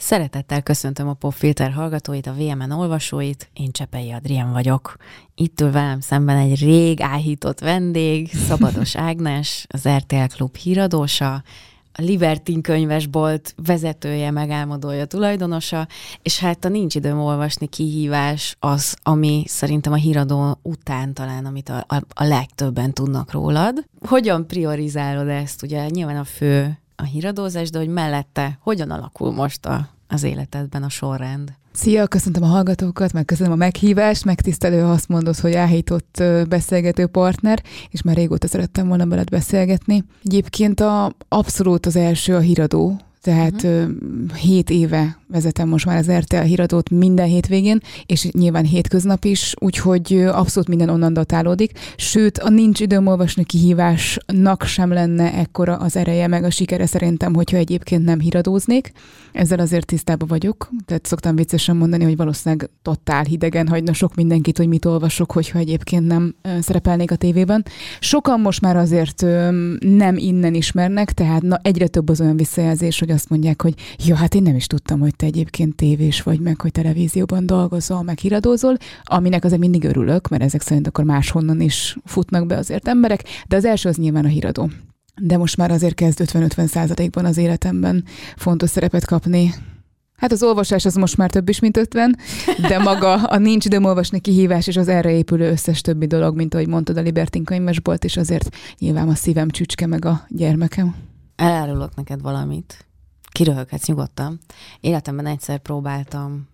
Szeretettel köszöntöm a Popfilter hallgatóit, a VMN olvasóit, én Csepei Adrián vagyok. Itt ül velem szemben egy rég áhított vendég, Szabados Ágnes, az RTL Klub híradósa, a Libertin könyvesbolt vezetője, megálmodója, tulajdonosa, és hát a Nincs időm olvasni kihívás az, ami szerintem a híradó után talán, amit a legtöbben tudnak rólad. Hogyan priorizálod ezt? Ugye nyilván a fő a híradózás, de hogy mellette hogyan alakul most az életedben a sorrend? Szia, köszöntöm a hallgatókat, meg köszönöm a meghívást, megtisztelő, ha azt mondod, hogy áhított beszélgető partner, és már régóta szerettem volna veled beszélgetni. Egyébként abszolút az első a híradó, tehát 7 éve vezetem most már az RTL híradót minden hétvégén, és nyilván hétköznap is, úgyhogy abszolút minden onnan datálódik. Sőt, a Nincs időm olvasni kihívásnak sem lenne ekkora az ereje, meg a sikere szerintem, hogyha egyébként nem híradóznék. Ezzel azért tisztában vagyok, tehát szoktam viccesen mondani, hogy valószínűleg totál hidegen hagyna sok mindenkit, hogy mit olvasok, hogyha egyébként nem szerepelnék a tévében. Sokan most már azért nem innen ismernek, tehát egyre több az olyan visszajelzés, hogy azt mondják, hogy ja, hát én nem is tudtam, hogy te egyébként tévés vagy, meg hogy televízióban dolgozol, meg híradózol, aminek azért mindig örülök, mert ezek szerint akkor máshonnan is futnak be azért emberek, de az első az nyilván a híradó. De most már azért kezd 50-50%-ban az életemben fontos szerepet kapni. Hát az olvasás az most már több is, mint 50, de maga a Nincs időm olvasni kihívás és az erre épülő összes többi dolog, mint ahogy mondtad, a Libertin könyvesbolt, és azért nyilván a szívem csücske meg a gyermekem. Elárulok neked valamit. Kiröhöghetsz nyugodtan. Életemben egyszer próbáltam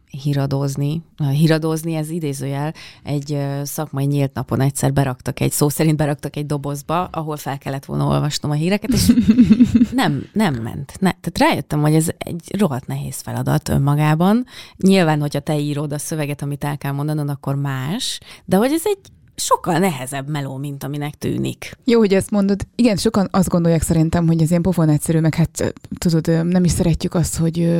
híradózni, ez idézőjel, egy szakmai nyílt napon egyszer szó szerint beraktak egy dobozba, ahol fel kellett volna olvasnom a híreket, és nem ment. Tehát rájöttem, hogy ez egy rohadt nehéz feladat önmagában. Nyilván, hogyha te írod a szöveget, amit el kell mondanod, akkor más, de hogy ez egy sokkal nehezebb meló, mint aminek tűnik. Jó, hogy ezt mondod. Igen, sokan azt gondolják szerintem, hogy ez ilyen pofon egyszerű, meg hát tudod, nem is szeretjük azt, hogy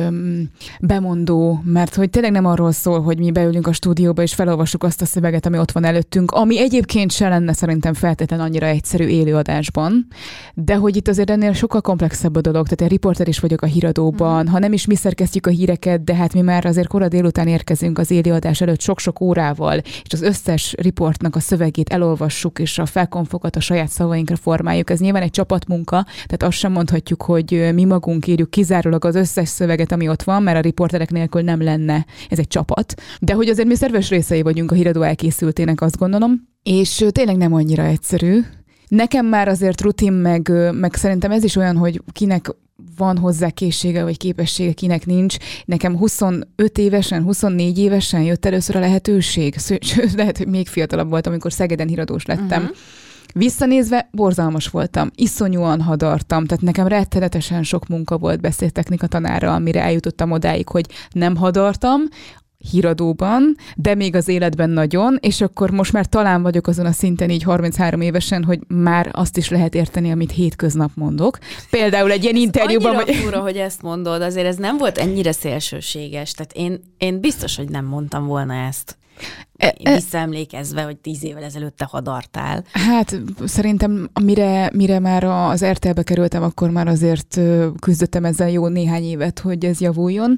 bemondó, mert hogy tényleg nem arról szól, hogy mi beülünk a stúdióba és felolvassuk azt a szöveget, ami ott van előttünk, ami egyébként se lenne szerintem feltétlenül annyira egyszerű élőadásban, de hogy itt azért ennél sokkal komplexebb a dolog, tehát én riporter is vagyok a híradóban, ha nem is mi szerkesztjük a híreket, de hát mi már azért kora délután érkezünk az élőadás előtt sok-sok órával, és az összes riportnak a szövegét elolvassuk, és a felkonfokat a saját szavainkra formáljuk. Ez nyilván egy csapatmunka, tehát azt sem mondhatjuk, hogy mi magunk írjuk kizárólag az összes szöveget, ami ott van, mert a riporterek nélkül nem lenne ez egy csapat. De hogy azért mi szerves részei vagyunk a híradó elkészültének, azt gondolom. És tényleg nem annyira egyszerű. Nekem már azért rutin, meg szerintem ez is olyan, hogy kinek van hozzá készsége vagy képessége, kinek nincs. Nekem 25 évesen, 24 évesen jött először a lehetőség. Sőt, lehet, hogy még fiatalabb voltam, amikor Szegeden híradós lettem. Visszanézve borzalmas voltam, iszonyúan hadartam, tehát nekem rettenetesen sok munka volt beszédtechnika tanárral, amire eljutottam odáig, hogy nem hadartam, híradóban, de még az életben nagyon, és akkor most már talán vagyok azon a szinten így 33 évesen, hogy már azt is lehet érteni, amit hétköznap mondok. Például egy ilyen interjúban... Annyira fura, hogy ezt mondod, azért ez nem volt ennyire szélsőséges, tehát én biztos, hogy nem mondtam volna ezt. Visszaemlékezve, hogy 10 évvel ezelőtt te hadartál. Hát szerintem, mire már az RTL-be kerültem, akkor már azért küzdöttem ezzel jó néhány évet, hogy ez javuljon,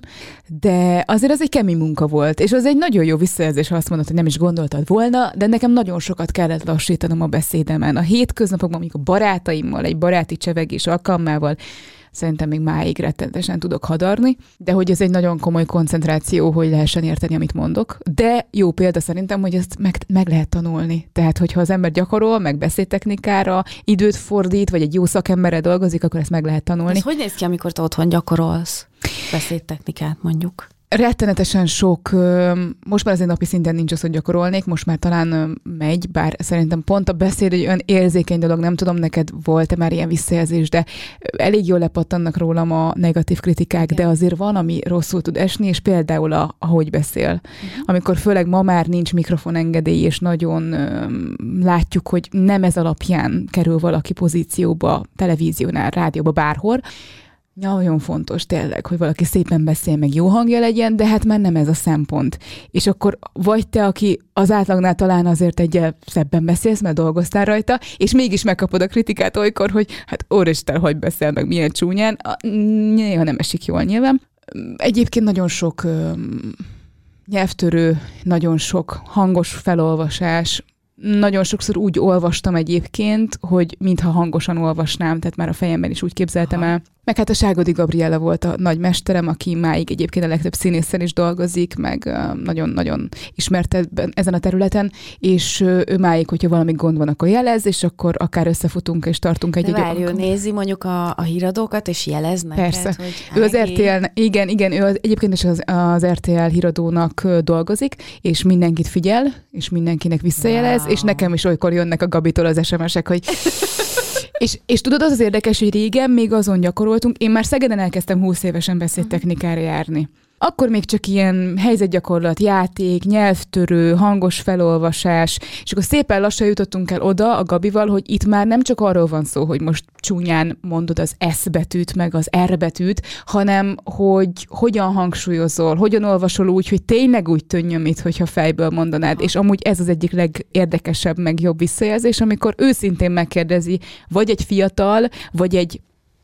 de azért ez egy kemény munka volt, és az egy nagyon jó visszajelzés, ha azt mondod, hogy nem is gondoltad volna, de nekem nagyon sokat kellett lassítanom a beszédemen. A hétköznapokban, amikor barátaimmal, egy baráti csevegés alkalmával, szerintem még máig rettenetesen tudok hadarni, de hogy ez egy nagyon komoly koncentráció, hogy lehessen érteni, amit mondok. De jó példa szerintem, hogy ezt meg lehet tanulni. Tehát, hogyha az ember gyakorol, meg beszédtechnikára időt fordít, vagy egy jó szakemberrel dolgozik, akkor ezt meg lehet tanulni. Ez hogy néz ki, amikor te otthon gyakorolsz beszédtechnikát, mondjuk? Rettenetesen sok, most már azért napi szinten nincs az, hogy gyakorolnék, most már talán megy, bár szerintem pont a beszéd egy olyan érzékeny dolog, nem tudom, neked volt-e már ilyen visszajelzés, de elég jól lepattannak rólam a negatív kritikák, de azért van, ami rosszul tud esni, és például ahogy beszél. Amikor főleg ma már nincs mikrofonengedély, és nagyon látjuk, hogy nem ez alapján kerül valaki pozícióba, televíziónál, rádióba, bárhol. Nagyon fontos tényleg, hogy valaki szépen beszél, meg jó hangja legyen, de hát már nem ez a szempont. És akkor vagy te, aki az átlagnál talán azért egyel szebben beszélsz, mert dolgoztál rajta, és mégis megkapod a kritikát olykor, hogy hát úristen, hogy beszél, meg milyen csúnyán, néha nem esik jól nyilván. Egyébként nagyon sok nyelvtörő, nagyon sok hangos felolvasás. Nagyon sokszor úgy olvastam egyébként, hogy mintha hangosan olvasnám, tehát már a fejemben is úgy képzeltem el. Meg hát a Ságodi Gabriella volt a nagy mesterem, aki máig egyébként a legtöbb színészen is dolgozik, meg nagyon-nagyon ismert ezen a területen, és ő máig, hogyha valami gond van, akkor jelez, és akkor akár összefutunk és tartunk egy-egy... Várj, ő nézi mondjuk a híradókat, és jelez neked? Persze. Ő az RTL, igen, ő egyébként is az RTL híradónak dolgozik, és mindenkit figyel, és mindenkinek visszajelez, és nekem is olykor jönnek a Gabitól az SMS-ek, hogy... És tudod, az érdekes, hogy régen még azon gyakoroltunk, én már Szegeden elkezdtem 20 évesen beszédtechnikára járni. Akkor még csak ilyen helyzetgyakorlat, játék, nyelvtörő, hangos felolvasás, és akkor szépen lassan jutottunk el oda a Gabival, hogy itt már nem csak arról van szó, hogy most csúnyán mondod az S betűt, meg az R betűt, hanem hogy hogyan hangsúlyozol, hogyan olvasol úgy, hogy tényleg úgy tűnjön, mintha fejből mondanád. És amúgy ez az egyik legérdekesebb, meg jobb visszajelzés, amikor őszintén megkérdezi, vagy egy fiatal, vagy egy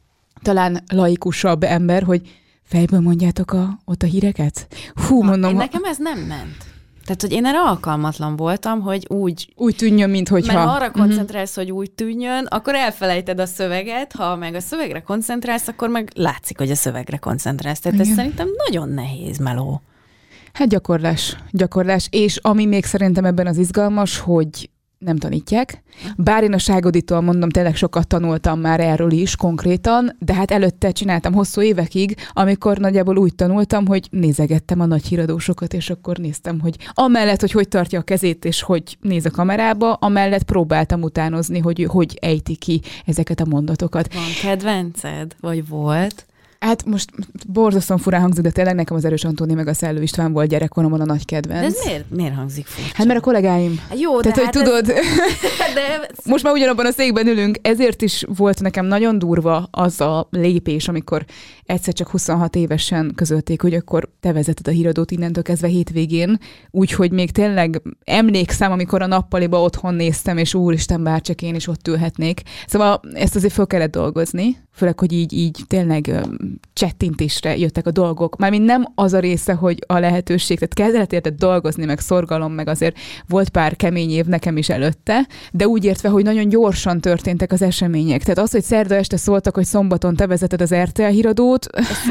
talán laikusabb ember, hogy fejből mondjátok ott a híreket? Hú, mondom... Nekem ez nem ment. Tehát, hogy én erre alkalmatlan voltam, hogy úgy tűnjön, minthogyha... Mert ha arra koncentrálsz, hogy úgy tűnjön, akkor elfelejted a szöveget, ha meg a szövegre koncentrálsz, akkor meg látszik, hogy a szövegre koncentrálsz. Tehát ez szerintem nagyon nehéz meló. Hát gyakorlás. És ami még szerintem ebben az izgalmas, hogy nem tanítják. Bár én a Ságoditól mondom, tényleg sokat tanultam már erről is konkrétan, de hát előtte csináltam hosszú évekig, amikor nagyjából úgy tanultam, hogy nézegettem a nagy híradósokat, és akkor néztem, hogy amellett, hogy tartja a kezét, és hogy néz a kamerába, amellett próbáltam utánozni, hogy ejti ki ezeket a mondatokat. Van kedvenced? Vagy volt? Hát most borzasztóan furán hangzik, de tényleg nekem az Erős Antóni meg a Szellő István volt gyerekkoromban a nagy kedvenc. De ez miért hangzik furcsa? Hát mert a kollégáim. Jó, tehát, de hogy tudod, de... most már ugyanabban a székben ülünk, ezért is volt nekem nagyon durva az a lépés, amikor egyszer csak 26 évesen közölték, hogy akkor te vezeted a híradót innentől kezdve hétvégén, úgyhogy még tényleg emlékszem, amikor a nappaliba otthon néztem, és úristen, bárcsak én is ott ülhetnék. Szóval ezt azért fel kellett dolgozni, főleg, hogy így tényleg csettintésre jöttek a dolgok. Mármint nem az a része, hogy a lehetőség, tehát kellett érted dolgozni, meg szorgalom, meg azért volt pár kemény év nekem is előtte, de úgy értve, hogy nagyon gyorsan történtek az események. Tehát az, hogy szerda este szóltak, hogy szombaton te vezeted az RTL híradót,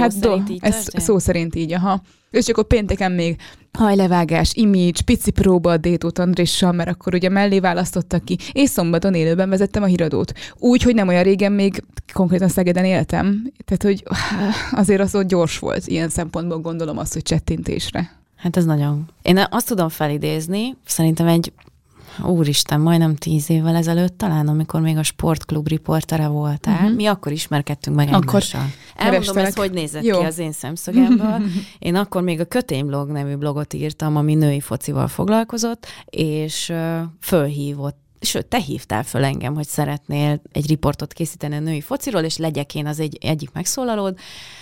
ez szó szerint így, aha. És akkor pénteken még hajlevágás, image, pici próba a Détót Andréssal, mert akkor ugye mellé választottak ki, és szombaton élőben vezettem a híradót. Úgy, hogy nem olyan régen még konkrétan Szegeden éltem. Tehát, hogy azért az ott gyors volt. Ilyen szempontból gondolom azt, hogy csettintésre. Hát ez nagyon... Én azt tudom felidézni, szerintem úristen, majdnem 10 évvel ezelőtt talán, amikor még a sportklub riportere voltál. Mi akkor ismerkedtünk meg egymással. Elmondom, ez hogy nézett ki az én szemszögemből. Én akkor még a Kötényblog nevű blogot írtam, ami női focival foglalkozott, és fölhívott. Sőt, te hívtál föl engem, hogy szeretnél egy riportot készíteni a női fociról, és legyek én az egyik megszólalód.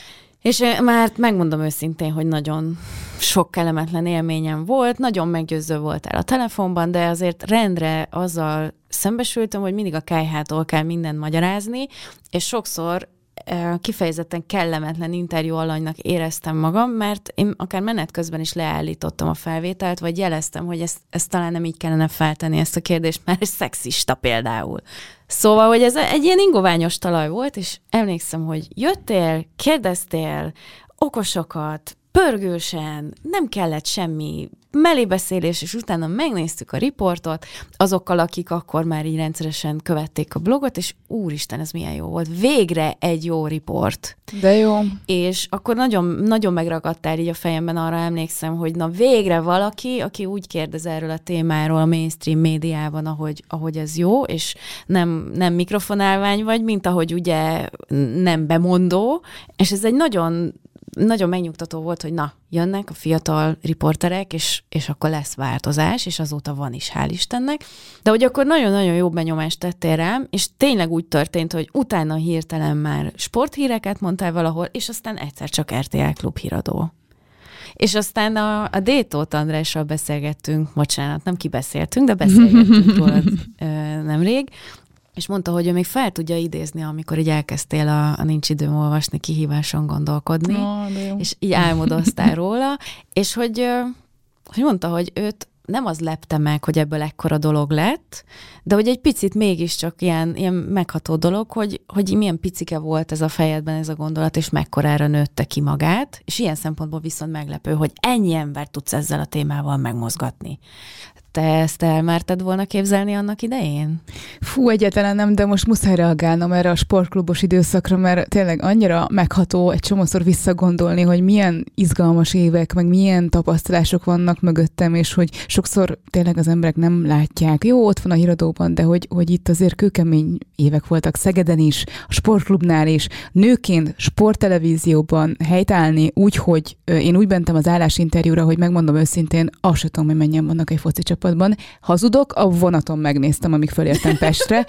És már megmondom őszintén, hogy nagyon sok kellemetlen élményem volt, nagyon meggyőző voltál a telefonban, de azért rendre azzal szembesültem, hogy mindig a kályhától kell mindent magyarázni, és sokszor kifejezetten kellemetlen interjú alanynak éreztem magam, mert én akár menet közben is leállítottam a felvételt, vagy jeleztem, hogy ezt talán nem így kellene feltenni ezt a kérdést, mert ez szexista például. Szóval, hogy ez egy ilyen ingoványos talaj volt, és emlékszem, hogy jöttél, kérdeztél okosokat, pörgősen, nem kellett semmi mellébeszélés, és utána megnéztük a riportot azokkal, akik akkor már így rendszeresen követték a blogot, és úristen, ez milyen jó volt. Végre egy jó riport. De jó. És akkor nagyon, nagyon megragadtál így a fejemben, arra emlékszem, hogy na végre valaki, aki úgy kérdez erről a témáról a mainstream médiában, ahogy ez jó, és nem mikrofonálvány vagy, mint ahogy ugye nem bemondó, és ez egy nagyon megnyugtató volt, hogy na, jönnek a fiatal riporterek, és akkor lesz változás, és azóta van is, hál' Istennek. De hogy akkor nagyon-nagyon jó benyomást tettél rám, és tényleg úgy történt, hogy utána hirtelen már sporthíreket mondtál valahol, és aztán egyszer csak RTL Klub híradó. És aztán a Détót Andrással beszélgettünk, bocsánat, nem kibeszéltünk, de beszélgettünk róla nemrég, És mondta, hogy ő még fel tudja idézni, amikor így elkezdtél a nincs időm olvasni kihíváson gondolkodni, és így álmodoztál róla, és hogy mondta, hogy őt nem az lepte meg, hogy ebből ekkora dolog lett, de hogy egy picit mégiscsak ilyen megható dolog, hogy milyen picike volt ez a fejedben ez a gondolat, és mekkorára nőtte ki magát, és ilyen szempontból viszont meglepő, hogy ennyi embert tudsz ezzel a témával megmozgatni. Te ezt elmerted volna képzelni annak idején? Fú, egyáltalán nem, de most muszáj reagálnom erre a sportklubos időszakra, mert tényleg annyira megható egy csomószor visszagondolni, hogy milyen izgalmas évek, meg milyen tapasztalások vannak mögöttem, és hogy sokszor tényleg az emberek nem látják. Jó, ott van a híradóban, de hogy itt azért kőkemény évek voltak Szegeden is, a sportklubnál is, nőként sporttelevízióban helytállni úgy, hogy én úgy mentem az állásinterjúra, hogy megmondom őszintén, azt sem tudom, hogy mennyien vannak egy foci csapatban. Hazudok, a vonaton megnéztem, amíg fölértem Pestre.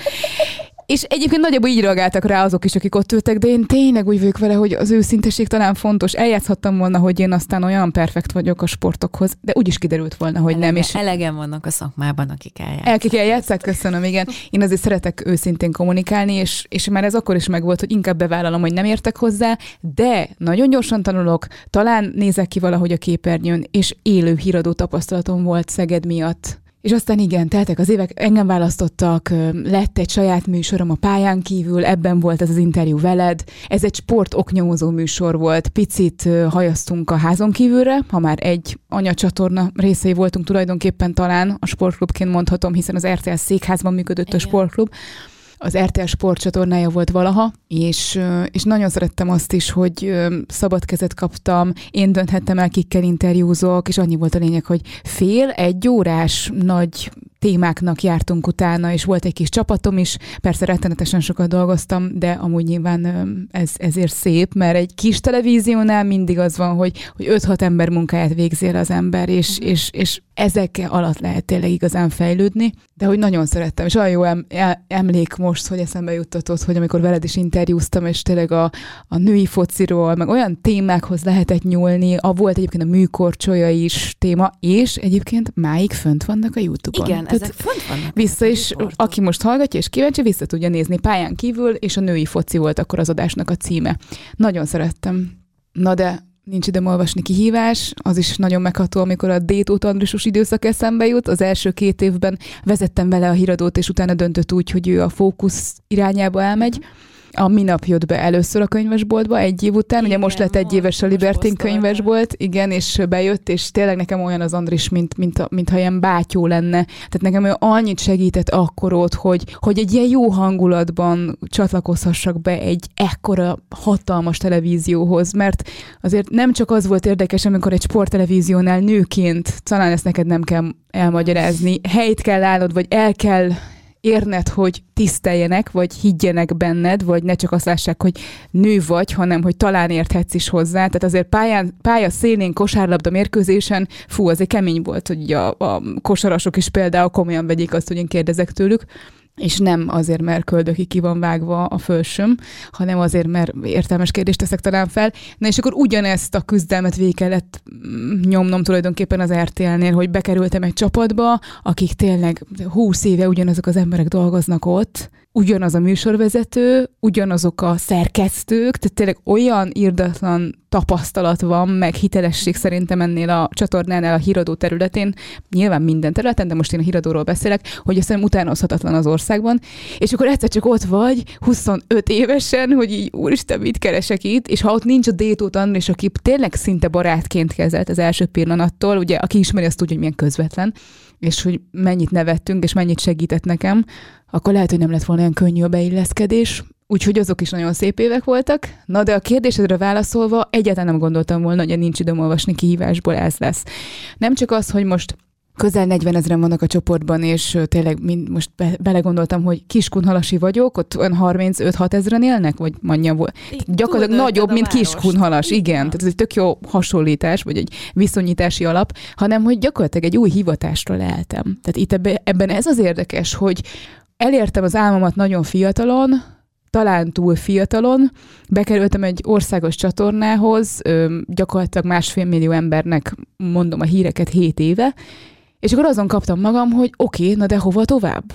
És egyébként nagyjából így reagáltak rá azok is, akik ott ültek, de én tényleg úgy vagyok vele, hogy az őszintesség talán fontos. Eljátszhattam volna, hogy én aztán olyan perfekt vagyok a sportokhoz, de úgy is kiderült volna, hogy nem. És elegen vannak a szakmában, akik eljátszák. Akik eljátszák, köszönöm, igen. Én azért szeretek őszintén kommunikálni, és már ez akkor is megvolt, hogy inkább bevállalom, hogy nem értek hozzá, de nagyon gyorsan tanulok, talán nézek ki valahogy a képernyőn, és élő híradó tapasztalatom volt Szeged miatt. És aztán igen, teltek az évek, engem választottak, lett egy saját műsorom a pályán kívül, ebben volt ez az interjú veled. Ez egy sportoknyomozó műsor volt, picit hajaztunk a házon kívülre, ha már egy anyacsatorna részei voltunk tulajdonképpen talán, a sportklubként mondhatom, hiszen az RTL székházban működött igen. A sportklub. Az RTL sportcsatornája volt valaha, és nagyon szerettem azt is, hogy szabad kezet kaptam, én dönthettem el, kikkel interjúzok, és annyi volt a lényeg, hogy egy órás nagy témáknak jártunk utána, és volt egy kis csapatom is, persze rettenetesen sokat dolgoztam, de amúgy nyilván ezért szép, mert egy kis televíziónál mindig az van, hogy 5-6 ember munkáját végzél az ember, és ezek alatt lehet tényleg igazán fejlődni, de hogy nagyon szerettem, és olyan jó emlék most, hogy eszembe juttatott, hogy amikor veled is interjúztam, és tényleg a női fociról, meg olyan témákhoz lehetett nyúlni, volt egyébként a műkorcsolya is téma, és egyébként máig fönt vannak a YouTube-on. Igen, ezek fönt vannak. Vissza is, aki most hallgatja és kíváncsi, vissza tudja nézni pályán kívül, és a női foci volt akkor az adásnak a címe. Nagyon szerettem. Na de nincs időm olvasni kihívás, az is nagyon megható, amikor a Détót Andrisos időszak eszembe jut. Az első 2 évben vezettem vele a híradót, és utána döntött úgy, hogy ő a Fókusz irányába elmegy. A Minap jött be először a könyvesboltba 1 év után, igen, ugye most lett 1 éves a Libertin könyvesbolt, igen, és bejött, és tényleg nekem olyan az Andris, mintha ilyen bátyó lenne. Tehát nekem ő annyit segített akkor ott, hogy egy ilyen jó hangulatban csatlakozhassak be egy ekkora hatalmas televízióhoz, mert azért nem csak az volt érdekes, amikor egy sporttelevíziónál nőként, talán ezt neked nem kell elmagyarázni, helyt kell állnod, vagy el kell érned, hogy tiszteljenek, vagy higgyenek benned, vagy ne csak azt lássák, hogy nő vagy, hanem hogy talán érthetsz is hozzá. Tehát azért pálya szélén kosárlabda mérkőzésen, azért kemény volt, hogy a kosarasok is például komolyan vegyék azt, hogy én kérdezek tőlük, és nem azért, mert köldökig ki van vágva a fölsöm, hanem azért, mert értelmes kérdést teszek talán fel. Na és akkor ugyanezt a küzdelmet végig kellett nyomnom tulajdonképpen az RTL-nél, hogy bekerültem egy csapatba, akik tényleg 20 éve ugyanazok az emberek dolgoznak ott, ugyanaz a műsorvezető, ugyanazok a szerkesztők, tehát tényleg olyan irdatlan tapasztalat van, meg hitelesség szerintem ennél a csatornánál a híradó területén, nyilván minden területen, de most én a híradóról beszélek, hogy azt hiszem utánozhatatlan az országban, és akkor egyszer csak ott vagy, 25 évesen, hogy így úristen, mit keresek itt, és ha ott nincs a Détót Andris, aki tényleg szinte barátként kezelt az első pillanattól, ugye aki ismeri, azt tudja, hogy milyen közvetlen, és hogy mennyit nevettünk, és mennyit segített nekem, akkor lehet, hogy nem lett volna olyan könnyű a beilleszkedés. Úgyhogy azok is nagyon szép évek voltak. Na de a kérdésedre válaszolva egyáltalán nem gondoltam volna, hogy a nincs időm olvasni kihívásból ez lesz. Nem csak az, hogy most közel 40 000 vannak a csoportban, és tényleg most belegondoltam, hogy Kiskunhalasi vagyok, ott olyan 35-6 ezeren élnek, vagy mondjam volt. Gyakorlatilag nagyobb, mint Kiskunhalas, igen. Tehát ez egy tök jó hasonlítás, vagy egy viszonyítási alap, hanem hogy gyakorlatilag egy új hivatásra leltem. Tehát itt ebben ez az érdekes, hogy elértem az álmomat nagyon fiatalon, talán túl fiatalon, bekerültem egy országos csatornához, gyakorlatilag 1,5 millió embernek mondom a híreket 7 éve, és akkor azon kaptam magam, hogy oké, na de hova tovább?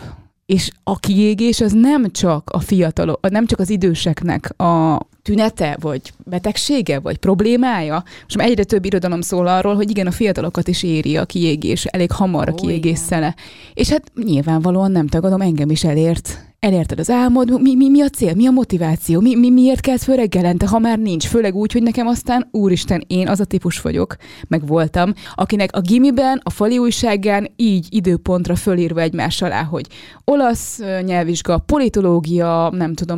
És a kiégés az nem csak a fiatalok, nem csak az időseknek a tünete, vagy betegsége, vagy problémája. Most már egyre több irodalom szól arról, hogy igen, a fiatalokat is éri a kiégés, elég hamar a kiégés szele. És hát nyilvánvalóan nem tagadom, engem is elérted az álmod, mi a cél, mi a motiváció, miért kelsz föl reggelente, ha már nincs, főleg úgy, hogy nekem aztán, úristen, én az a típus vagyok, meg voltam, akinek a gimiben, a fali újságán így időpontra fölírva egymás alá, hogy olasz nyelvvizsga, politológia, nem tudom,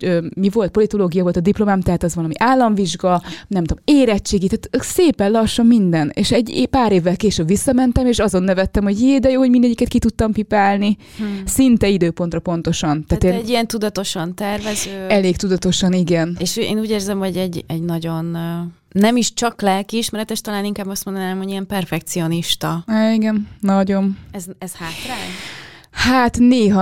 mi volt, politológia volt a diplomám, tehát az valami államvizsga, nem tudom, érettségi, tehát szépen lassan minden, és egy pár évvel később visszamentem, és azon nevettem, hogy jé, de jó, hogy mindegyiket ki tudtam pipálni, szinte időpontra pontosan. Tehát egy ilyen tudatosan tervező. Elég tudatosan, igen. És én úgy érzem, hogy egy nagyon, nem is csak lelkiismeretes, talán inkább azt mondanám, hogy ilyen perfekcionista. Igen, nagyon. Ez hátrány? Hát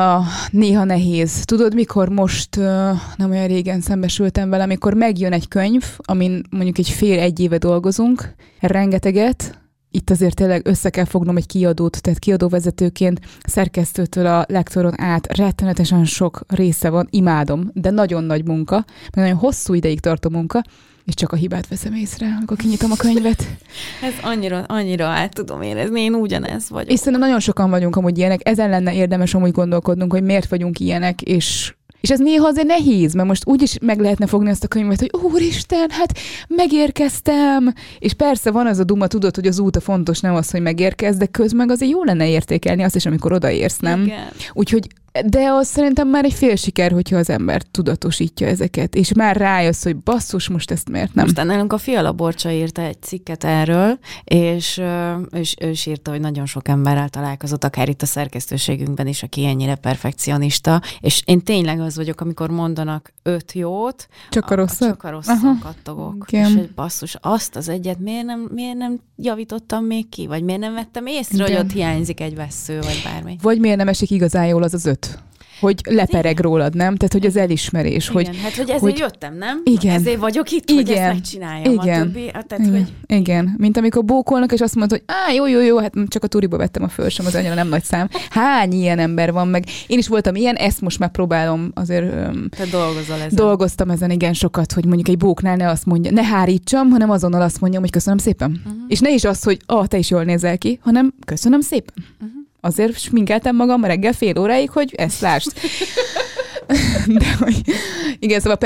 néha nehéz. Tudod, mikor most nem olyan régen szembesültem vele, amikor megjön egy könyv, amin mondjuk egy éve dolgozunk, rengeteget, itt azért tényleg össze kell fognom egy kiadót, tehát kiadóvezetőként szerkesztőtől a lektoron át rettenetesen sok része van, imádom, de nagyon nagy munka, meg nagyon hosszú ideig tartó munka, és csak a hibát veszem észre, amikor kinyitom a könyvet. Ez annyira át tudom érezni, én ugyanez vagyok. És szerintem nagyon sokan vagyunk amúgy ilyenek, ezen lenne érdemes amúgy gondolkodnunk, hogy miért vagyunk ilyenek, és ez néha azért nehéz, mert most úgy is meg lehetne fogni ezt a könyvet, hogy úristen, hát megérkeztem, és persze van az a duma, tudod, hogy az út a fontos, nem az, hogy megérkezz, de közben azért jó lenne értékelni azt is, amikor odaérsz, nem? Igen. Úgyhogy, de az szerintem már egy fél siker, hogyha az ember tudatosítja ezeket, és már rájössz, hogy basszus, most ezt miért nem? Aztán nálunk a Fiala Borcsa írta egy cikket erről, és ő is írta, hogy nagyon sok emberrel találkozott, akár itt a szerkesztőségünkben is, aki ennyire perfekcionista, és én tényleg az vagyok, amikor mondanak 5 jót, csak a rosszat kattogok. És egy basszus, azt az egyet miért nem javítottam még ki, vagy miért nem vettem észre, hogy ott hiányzik egy vessző, vagy bármi. Vagy miért nem esik igazán jól az az 5? Hogy lepereg rólad, nem? Tehát, hogy az elismerés. Igen, hát, hogy ezért jöttem, nem? Igen. Ezért vagyok itt, hogy ezt megcsináljam. Igen. A többi, tehát, hogy... Igen. Mint amikor bókolnak, és azt mondod, hogy jó, hát csak a turiba vettem a fölsem, az annyira nem nagy szám. Hány ilyen ember van meg? Én is voltam ilyen, ezt most már próbálom azért... Te dolgozol ezen. Dolgoztam ezen, igen, sokat, hogy mondjuk egy bóknál ne azt mondja, ne hárítsam, hanem azonnal azt mondjam, hogy köszönöm szépen. És ne is az, hogy te is jól nézel ki, hanem köszönöm szépen. Azért sminkeltem magam reggel fél óráig, hogy ezt lásd. De hogy, igen, szóval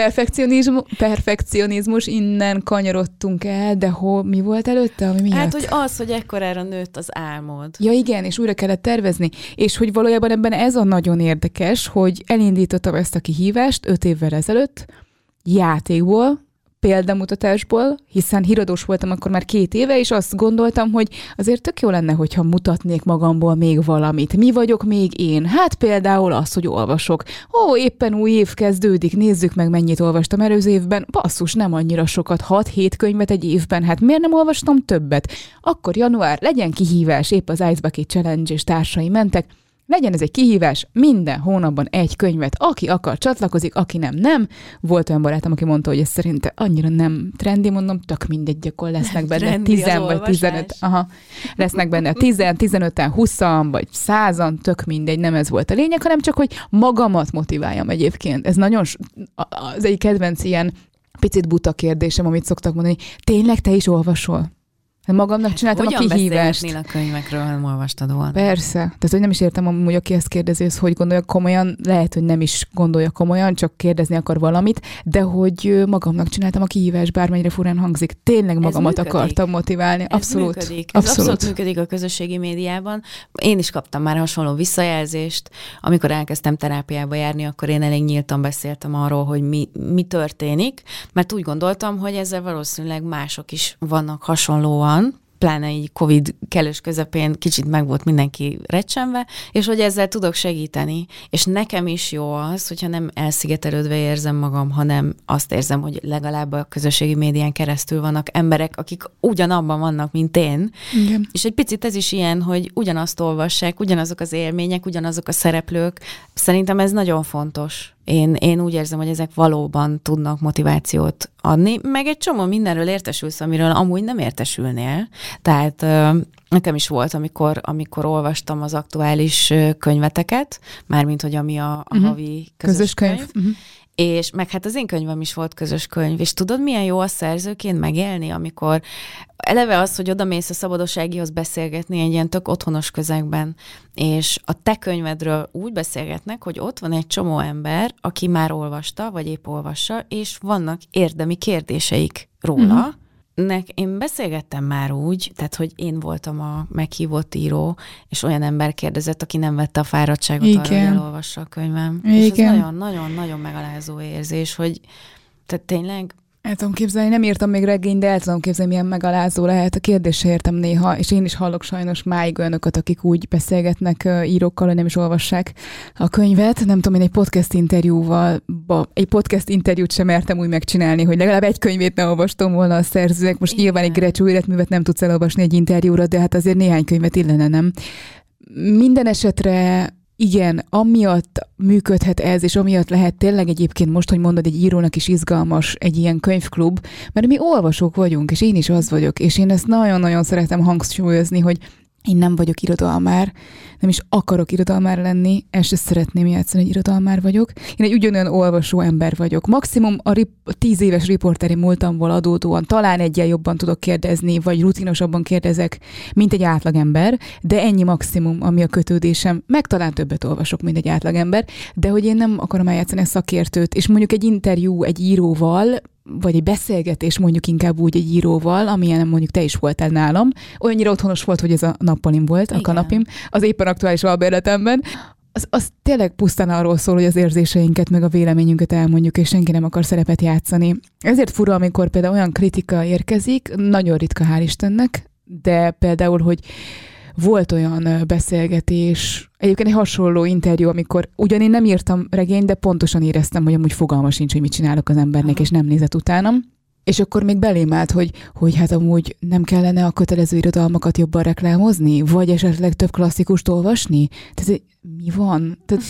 perfekcionizmus, innen kanyarodtunk el, de mi volt előtte, ami miatt? Hát, hogy hogy ekkorára nőtt az álmod. Ja, igen, és újra kellett tervezni. És hogy valójában ebben ez a nagyon érdekes, hogy elindítottam ezt a kihívást 5 évvel ezelőtt, játékból, példamutatásból, hiszen híradós voltam akkor már 2 éve, és azt gondoltam, hogy azért tök jó lenne, hogyha mutatnék magamból még valamit. Mi vagyok még én? Hát például az, hogy olvasok. Éppen új év kezdődik, nézzük meg, mennyit olvastam előző évben. Basszus, nem annyira sokat, 6-7 könyvet egy évben, hát miért nem olvastam többet? Akkor január, legyen kihívás, épp az Ice Bucket Challenge és társai mentek. Legyen ez egy kihívás, minden hónapban egy könyvet. Aki akar, csatlakozik, aki nem. Volt olyan barátom, aki mondta, hogy ez szerinte annyira nem trendi, mondom, tök mindegy, akkor lesznek benne 10 vagy 15. Lesznek benne 10, 15-en, 20 vagy 100-an, tök mindegy, nem ez volt a lényeg, hanem csak, hogy magamat motiváljam egyébként. Ez nagyon, az egy kedvenc ilyen picit buta kérdésem, amit szoktak mondani, tényleg te is olvasol? Magamnak csináltam a kihívást. Hogyan a könyvekről, hanem olvastad volna? Persze. Tehát, hogy nem is értem amúgy, aki ezt kérdezi, hogy gondolja komolyan, lehet, hogy nem is gondolja komolyan, csak kérdezni akar valamit, de hogy magamnak csináltam a kihívást, bármennyire furán hangzik. Tényleg magamat akartam motiválni. Abszolút. Ez abszolút működik a közösségi médiában. Én is kaptam már hasonló visszajelzést. Amikor elkezdtem terápiába járni, akkor én elég nyíltan beszéltem arról, hogy mi történik, mert úgy gondoltam, hogy ezzel valószínűleg mások is vannak hasonlóan, pláne így Covid kellős közepén kicsit meg volt mindenki recsenve, és hogy ezzel tudok segíteni. És nekem is jó az, hogyha nem elszigetelődve érzem magam, hanem azt érzem, hogy legalább a közösségi médián keresztül vannak emberek, akik ugyanabban vannak, mint én. Igen. És egy picit ez is ilyen, hogy ugyanazt olvassák, ugyanazok az élmények, ugyanazok a szereplők. Szerintem ez nagyon fontos. Én úgy érzem, hogy ezek valóban tudnak motivációt adni, meg egy csomó mindenről értesülsz, amiről amúgy nem értesülnél. Tehát nekem is volt, amikor olvastam az aktuális könyveteket, mármint, hogy ami a havi közös könyv. És meg hát az én könyvem is volt közös könyv, és tudod, milyen jó a szerzőként megélni, amikor eleve az, hogy odamész a Szabadosságihoz beszélgetni egy ilyen tök otthonos közegben, és a te könyvedről úgy beszélgetnek, hogy ott van egy csomó ember, aki már olvasta, vagy épp olvassa, és vannak érdemi kérdéseik róla. Én beszélgettem már úgy, tehát, hogy én voltam a meghívott író, és olyan ember kérdezett, aki nem vette a fáradtságot arra, hogy elolvassa a könyvem. Igen. És ez nagyon-nagyon megalázó érzés, hogy tehát tényleg... El tudom képzelni, nem írtam még regényt, de el tudom képzelni, milyen megalázó lehet. A kérdésre értem néha, és én is hallok sajnos máig olyanokat, akik úgy beszélgetnek írókkal, hogy nem is olvassák a könyvet. Nem tudom, én egy podcast interjút sem mertem úgy megcsinálni, hogy legalább egy könyvét ne olvastam volna a szerzőnek. Most nyilván egy Grecsó életművet nem tudsz elolvasni egy interjúra, de hát azért néhány könyvet illene, nem? Minden esetre igen, amiatt működhet ez, és amiatt lehet tényleg egyébként most, hogy mondod, egy írónak is izgalmas egy ilyen könyvklub, mert mi olvasók vagyunk, és én is az vagyok, és én ezt nagyon-nagyon szeretem hangsúlyozni, hogy én nem vagyok irodalmár, nem is akarok irodalmár lenni, ezt se szeretném játszani, hogy irodalmár vagyok. Én egy ugyanolyan olvasó ember vagyok. Maximum a 10 éves riporteri múltamból adódóan talán egyen jobban tudok kérdezni, vagy rutinosabban kérdezek, mint egy átlagember, de ennyi maximum, ami a kötődésem. Meg talán többet olvasok, mint egy átlagember, de hogy én nem akarom eljátszani a szakértőt, és mondjuk egy interjú egy íróval, vagy egy beszélgetés mondjuk inkább úgy egy íróval, amilyen mondjuk te is voltál nálam, olyannyira otthonos volt, hogy ez a nappalim volt, a kanapim, az éppen aktuális albérletemben. Az tényleg pusztán arról szól, hogy az érzéseinket, meg a véleményünket elmondjuk, és senki nem akar szerepet játszani. Ezért fura, amikor például olyan kritika érkezik, nagyon ritka, hál' Istennek, de például, hogy volt olyan beszélgetés, egyébként egy hasonló interjú, amikor ugyan én nem írtam regényt, de pontosan éreztem, hogy amúgy fogalma sincs, hogy mit csinálok az embernek, és nem nézett utánam. És akkor még belém állt, hogy hát amúgy nem kellene a kötelező irodalmakat jobban reklámozni, vagy esetleg több klasszikust olvasni? Tehát mi van? Tehát,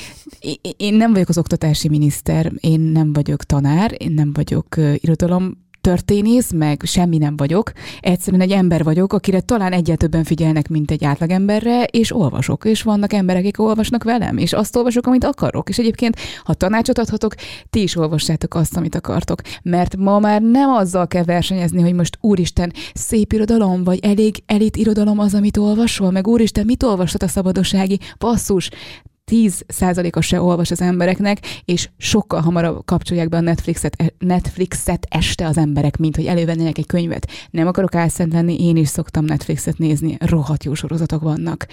én nem vagyok az oktatási miniszter, én nem vagyok tanár, én nem vagyok irodalomtörténész, meg semmi nem vagyok. Egyszerűen egy ember vagyok, akire talán egyel többen figyelnek, mint egy átlagemberre, és olvasok, és vannak emberek, akik olvasnak velem, és azt olvasok, amit akarok. És egyébként, ha tanácsot adhatok, ti is olvassátok azt, amit akartok. Mert ma már nem azzal kell versenyezni, hogy most úristen, szép irodalom, vagy elég elit irodalom az, amit olvasol, meg úristen, mit olvastad a Szabadossági? Basszus, 10%-a se olvas az embereknek, és sokkal hamarabb kapcsolják be a Netflixet este az emberek, mint hogy elővennének egy könyvet. Nem akarok álszent lenni, én is szoktam Netflixet nézni, rohadt jó sorozatok vannak.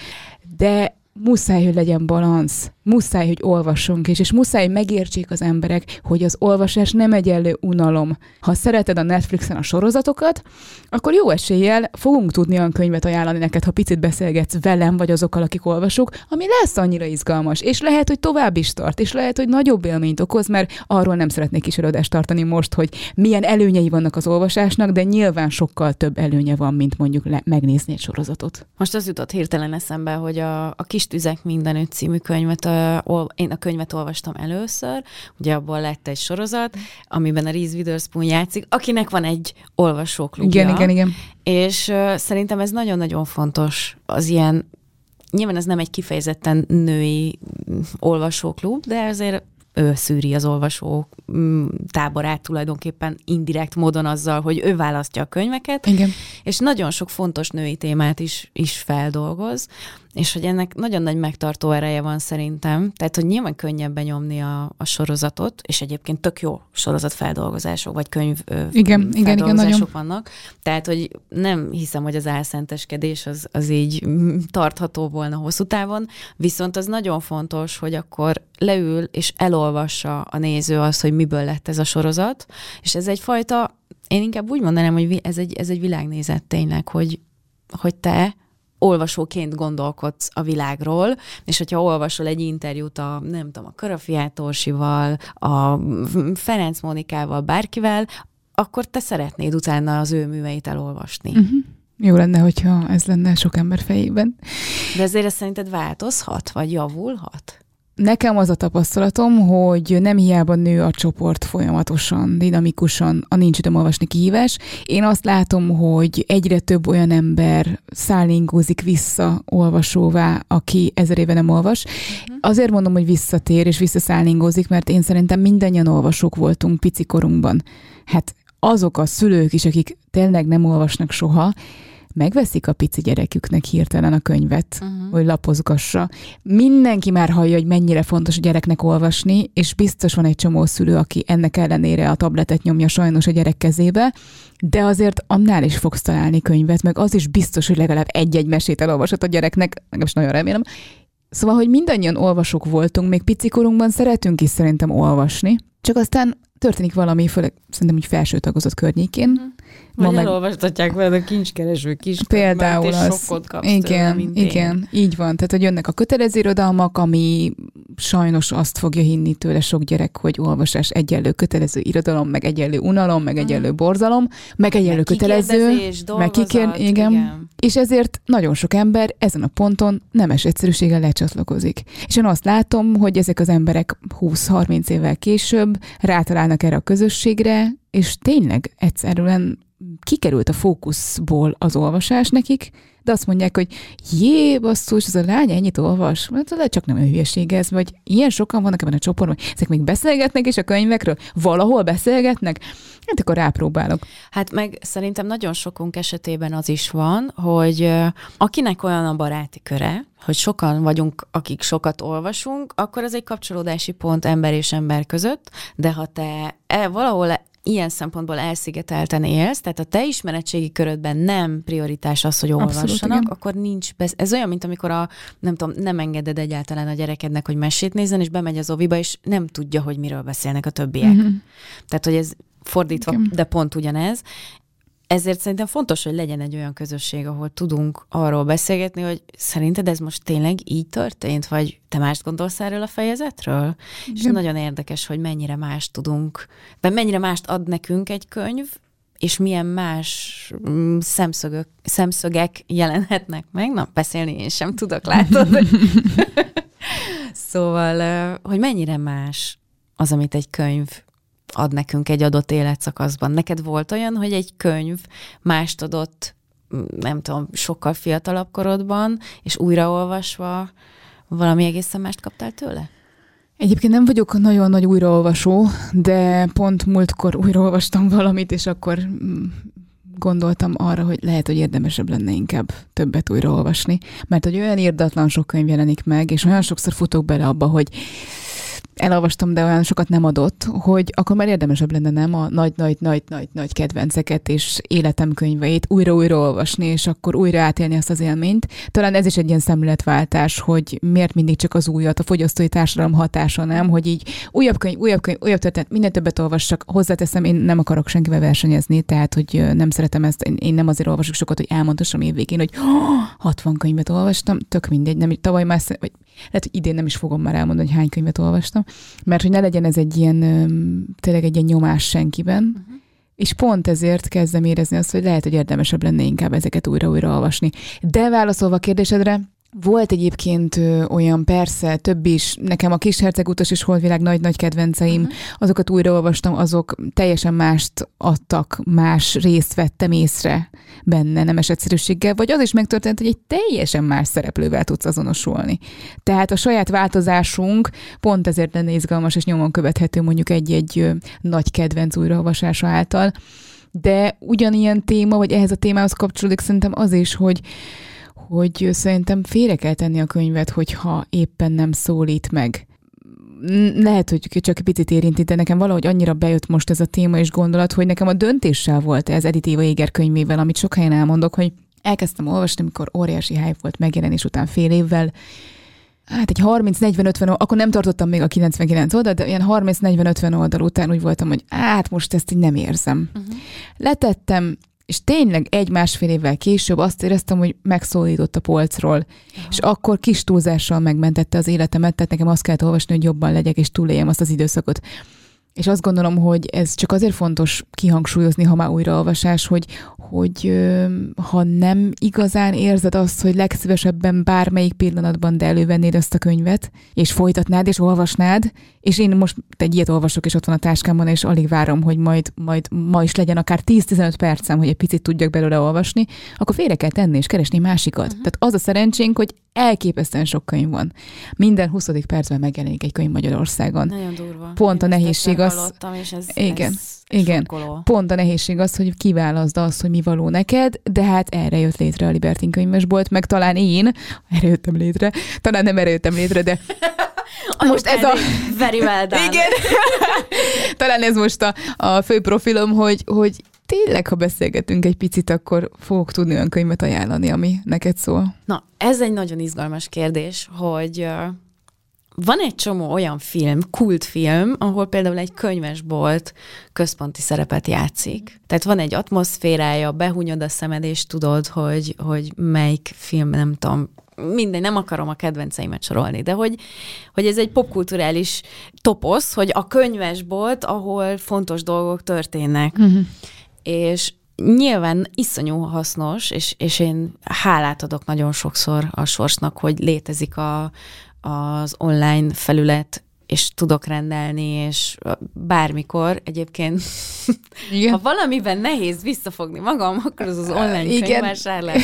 De muszáj, hogy legyen balansz, muszáj, hogy olvassunk, és muszáj, hogy megértsék az emberek, hogy az olvasás nem egyenlő unalom. Ha szereted a Netflixen a sorozatokat, akkor jó eséllyel fogunk tudni olyan könyvet ajánlani neked, ha picit beszélgetsz velem, vagy azokkal, akik olvasók, ami lesz annyira izgalmas, és lehet, hogy tovább is tart, és lehet, hogy nagyobb élményt okoz, mert arról nem szeretnék kisorodást tartani most, hogy milyen előnyei vannak az olvasásnak, de nyilván sokkal több előnye van, mint mondjuk megnézni egy sorozatot. Most az jutott hirtelen eszembe, hogy a Kis tüzek mindenütt című könyvet, én a könyvet olvastam először, ugye abból lett egy sorozat, amiben a Reese Witherspoon játszik, akinek van egy olvasóklubja. Igen. És szerintem ez nagyon-nagyon fontos, az ilyen, nyilván ez nem egy kifejezetten női olvasóklub, de azért ő szűri az olvasó táborát tulajdonképpen indirekt módon azzal, hogy ő választja a könyveket, igen. És nagyon sok fontos női témát is feldolgoz, és hogy ennek nagyon nagy megtartó ereje van szerintem, tehát hogy nyilván könnyebb benyomni a sorozatot, és egyébként tök jó sorozatfeldolgozások, vagy feldolgozások vannak, tehát hogy nem hiszem, hogy az álszenteskedés az így tartható volna hosszú távon, viszont az nagyon fontos, hogy akkor leül és elolvassa a néző azt, hogy miből lett ez a sorozat, és ez egyfajta, én inkább úgy mondanám, hogy ez egy világnézet tényleg, hogy te olvasóként gondolkodsz a világról, és hogyha olvasol egy interjút a Karafiát Orsival, a Ferenc Mónikával, bárkivel, akkor te szeretnéd utána az ő műveit elolvasni. Uh-huh. Jó lenne, hogyha ez lenne sok ember fejében. De ezért ez szerinted változhat, vagy javulhat? nekem az a tapasztalatom, hogy nem hiába nő a csoport folyamatosan, dinamikusan a Nincs időm olvasni kihívás. Én azt látom, hogy egyre több olyan ember szállingózik vissza olvasóvá, aki 1000 éve nem olvas. Azért mondom, hogy visszatér és visszaszállingózik, mert én szerintem mindannyian olvasók voltunk pici korunkban. Hát azok a szülők is, akik tényleg nem olvasnak soha, megveszik a pici gyereküknek hirtelen a könyvet, hogy lapozgassa. Mindenki már hallja, hogy mennyire fontos a gyereknek olvasni, és biztos van egy csomó szülő, aki ennek ellenére a tabletet nyomja sajnos a gyerek kezébe, de azért annál is fogsz találni könyvet, meg az is biztos, hogy legalább egy-egy mesét elolvasott a gyereknek, legalábbis nagyon remélem. Szóval, hogy mindannyian olvasók voltunk, még picikorunkban szeretünk is szerintem olvasni, csak aztán történik valami, főleg szerintem úgy felső tagozott környékén. Vagy elolvastatják veled a kincskereső kis például és az, sokkot kapsz igen, így van. Tehát, hogy jönnek a kötelező irodalmak, ami sajnos azt fogja hinni tőle sok gyerek, hogy olvasás egyenlő kötelező irodalom, meg egyenlő unalom, meg egyenlő borzalom, meg egyenlő kötelező, meg igen. És ezért nagyon sok ember ezen a ponton nemes egyszerűséggel lecsatlakozik. És én azt látom, hogy ezek az emberek 20-30 évvel később rátalálnak erre a közösségre, és tényleg egyszerűen kikerült a fókuszból az olvasás nekik, de azt mondják, hogy jé, basszus, ez a lány ennyit olvas, mert csak nem olyan hülyeség ez, vagy ilyen sokan vannak ebben a csoportban, ezek még beszélgetnek is a könyvekről, valahol beszélgetnek, hát akkor rápróbálok. Hát meg szerintem nagyon sokunk esetében az is van, hogy akinek olyan a baráti köre, hogy sokan vagyunk, akik sokat olvasunk, akkor ez egy kapcsolódási pont ember és ember között, de ha te valahol ilyen szempontból elszigetelten élsz, tehát a te ismeretségi körödben nem prioritás az, hogy olvassanak, abszolút, akkor nincs ez olyan, mint amikor nem engeded egyáltalán a gyerekednek, hogy mesét nézzen, és bemegy az oviba, és nem tudja, hogy miről beszélnek a többiek. Tehát, hogy ez fordítva, de pont ugyanez. Ezért szerintem fontos, hogy legyen egy olyan közösség, ahol tudunk arról beszélgetni, hogy szerinted ez most tényleg így történt, vagy te mást gondolsz erről a fejezetről? És nagyon érdekes, hogy mennyire mást tudunk, vagy mennyire mást ad nekünk egy könyv, és milyen más szemszögek jelenhetnek meg. Na, beszélni én sem tudok, látod? Szóval, hogy mennyire más az, amit egy könyv ad nekünk egy adott életszakaszban. Neked volt olyan, hogy egy könyv mást adott, nem tudom, sokkal fiatalabb korodban, és újraolvasva valami egészen mást kaptál tőle? Egyébként nem vagyok nagyon nagy újraolvasó, de pont múltkor újraolvastam valamit, és akkor gondoltam arra, hogy lehet, hogy érdemesebb lenne inkább többet újraolvasni, mert hogy olyan irdatlan sok könyv jelenik meg, és olyan sokszor futok bele abba, hogy elolvastam, de olyan sokat nem adott, hogy akkor már érdemesebb lenne nem a nagy kedvenceket és életem könyveit újra olvasni, és akkor újra átélni azt az élményt. Talán ez is egy ilyen szemléletváltás, hogy miért mindig csak az újat, a fogyasztói társadalom hatása, nem? Hogy így újabb könyv, történet, minden többet olvassak. Hozzáteszem, én nem akarok senkivel versenyezni, tehát, hogy nem szeretem ezt, én nem azért olvasok sokat, hogy elmondhassam évvégén, hogy 60 könyvet olvastam, tök mindegy, nem, tavaly már, vagy lehet, hogy idén nem is fogom már elmondani, hogy hány könyvet olvastam, mert hogy ne legyen ez egy ilyen, tényleg egy ilyen nyomás senkiben, és pont ezért kezdem érezni azt, hogy lehet, hogy érdemesebb lenne inkább ezeket újra olvasni. De válaszolva a kérdésedre, volt egyébként olyan, persze, több is, nekem a Kisherceg utas és Holdvilág nagy kedvenceim, azokat újraolvastam, azok teljesen mást adtak, más részt vettem észre benne, nemes egyszerűséggel, vagy az is megtörtént, hogy egy teljesen más szereplővel tudsz azonosulni. Tehát a saját változásunk pont ezért lenne izgalmas és nyomon követhető mondjuk egy nagy kedvenc újraolvasása által. De ugyanilyen téma, vagy ehhez a témához kapcsolódik szerintem az is, hogy szerintem félre kell tenni a könyvet, hogyha éppen nem szólít meg. Lehet, hogy csak egy picit érinti, de nekem valahogy annyira bejött most ez a téma és gondolat, hogy nekem a döntéssel volt ez Edith Éva Éger könyvével, amit sok helyen elmondok, hogy elkezdtem olvasni, amikor óriási hype volt megjelenés után fél évvel. Hát egy 30-40-50 akkor nem tartottam még a 99 oldal, de ilyen 30-40-50 oldal után úgy voltam, hogy most ezt így nem érzem. Letettem, és tényleg 1-1,5 évvel később azt éreztem, hogy megszólított a polcról. És akkor kis túlzással megmentette az életemet, tehát nekem azt kellett olvasni, hogy jobban legyek, és túléljem azt az időszakot. És azt gondolom, hogy ez csak azért fontos kihangsúlyozni, ha már újraolvasás, hogy ha nem igazán érzed azt, hogy legszívesebben bármelyik pillanatban de elővennéd ezt a könyvet, és folytatnád, és olvasnád, és én most egy ilyet olvasok, és ott van a táskámban, és alig várom, hogy majd ma is legyen akár 10-15 percem, hogy egy picit tudjak belőle olvasni, akkor félre kell tenni, és keresni másikat. Tehát az a szerencsénk, hogy elképesztően sok könyv van. Minden 20. percben megjelenik egy könyv Magyarországon. Nagyon durva. Pont a nehézség az... Hallottam, és ez igen. sokkoló. Pont a nehézség az, hogy kiválaszd azt, hogy mi való neked, de hát erre jött létre a Libertin könyvesbolt, meg talán én, erre jöttem létre, talán nem erre jöttem létre, de most ez a... Very well done. Igen. Talán ez most a fő profilom, hogy tényleg, ha beszélgetünk egy picit, akkor fogok tudni olyan könyvet ajánlani, ami neked szól. Na, ez egy nagyon izgalmas kérdés, hogy van egy csomó olyan film, kultfilm, ahol például egy könyvesbolt központi szerepet játszik. Tehát van egy atmoszférája, behúnyod a szemed, és tudod, hogy melyik film, nem tudom, mindegy, nem akarom a kedvenceimet sorolni, de hogy ez egy popkulturális toposz, hogy a könyvesbolt, ahol fontos dolgok történnek. Uh-huh. És nyilván iszonyú hasznos, és én hálát adok nagyon sokszor a sorsnak, hogy létezik az online felület, és tudok rendelni, és bármikor egyébként, ha valamiben nehéz visszafogni magam, akkor az online könyvvásárlás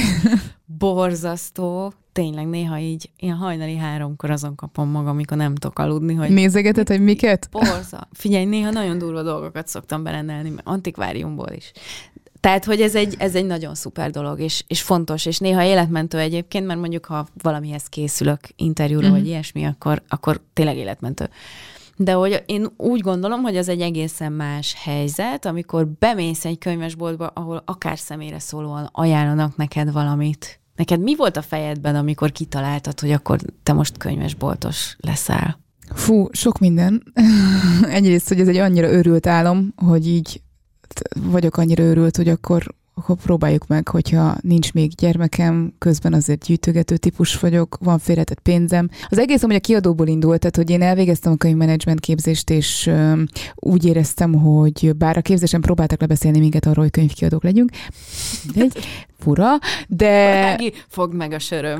borzasztó. Tényleg néha így, ilyen hajnali 3-kor azon kapom magam, amikor nem tudok aludni, hogy... Nézegeted, hogy miket? Borza. Figyelj, néha nagyon durva dolgokat szoktam berendelni, antikváriumból is. Tehát, hogy ez egy nagyon szuper dolog, és fontos, és néha életmentő egyébként, mert mondjuk, ha valamihez készülök, interjúra, vagy ilyesmi, akkor tényleg életmentő. De hogy én úgy gondolom, hogy az egy egészen más helyzet, amikor bemész egy könyvesboltba, ahol akár személyre szólóan ajánlanak neked valamit. Neked mi volt a fejedben, amikor kitaláltad, hogy akkor te most könyvesboltos leszel? Fú, sok minden. Egyrészt, hogy ez egy annyira őrült álom, hogy így vagyok annyira őrült, hogy akkor próbáljuk meg, hogyha nincs még gyermekem, közben azért gyűjtögető típus vagyok, van félretett pénzem. Az egész, hogy a kiadóból indult, tehát hogy én elvégeztem a könyvmenedzsment képzést, és úgy éreztem, hogy bár a képzésen próbáltak lebeszélni minket arról, hogy könyvkiadók legyünk, fura, de... Fogd meg a söröm.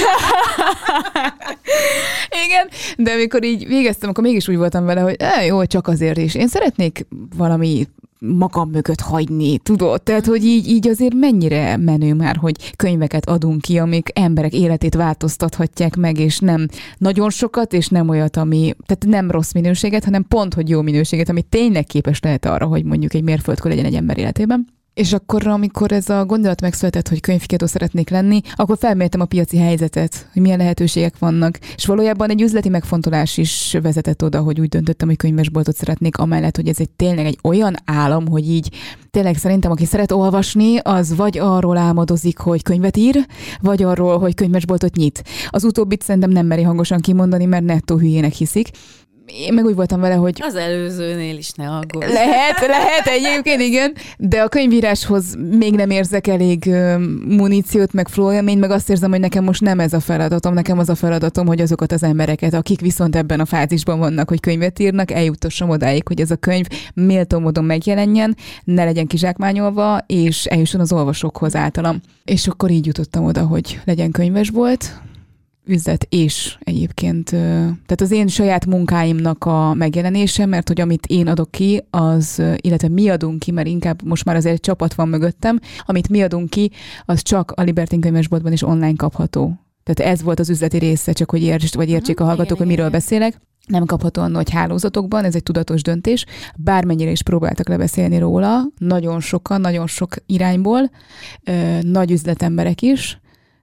Igen, de amikor így végeztem, akkor mégis úgy voltam vele, hogy jó, csak azért is. Én szeretnék valami magam mögött hagyni, tudod? Tehát, hogy így azért mennyire menő már, hogy könyveket adunk ki, amik emberek életét változtathatják meg, és nem nagyon sokat, és nem olyat, tehát nem rossz minőséget, hanem pont, hogy jó minőséget, ami tényleg képes lehet arra, hogy mondjuk egy mérföldkő legyen egy ember életében. És akkor, amikor ez a gondolat megszületett, hogy könyvkiadó szeretnék lenni, akkor felmértem a piaci helyzetet, hogy milyen lehetőségek vannak. És valójában egy üzleti megfontolás is vezetett oda, hogy úgy döntöttem, hogy könyvesboltot szeretnék, amellett, hogy ez tényleg egy olyan álom, hogy így tényleg szerintem, aki szeret olvasni, az vagy arról álmodozik, hogy könyvet ír, vagy arról, hogy könyvesboltot nyit. Az utóbbit szerintem nem meri hangosan kimondani, mert nettó hülyének hiszik. Én meg úgy voltam vele, hogy... Az előzőnél is ne aggódj. Lehet egyébként, igen, de a könyvíráshoz még nem érzek elég muníciót, meg flow-élményt, meg azt érzem, hogy nekem most nem ez a feladatom, nekem az a feladatom, hogy azokat az embereket, akik viszont ebben a fázisban vannak, hogy könyvet írnak, eljutassam odáig, hogy ez a könyv méltó módon megjelenjen, ne legyen kizsákmányolva, és eljusson az olvasókhoz általam. És akkor így jutottam oda, hogy legyen könyvesbolt, üzlet és egyébként, tehát az én saját munkáimnak a megjelenése, mert hogy amit én adok ki, illetve mi adunk ki, mert inkább most már azért egy csapat van mögöttem, amit mi adunk ki, az csak a Libertin könyvesboltban is online kapható. Tehát ez volt az üzleti része, csak hogy értsék a hallgatók, hogy miről beszélek. Nem kapható a nagy hálózatokban, ez egy tudatos döntés. Bármennyire is próbáltak lebeszélni róla, nagyon sokan, nagyon sok irányból, nagy üzletemberek is,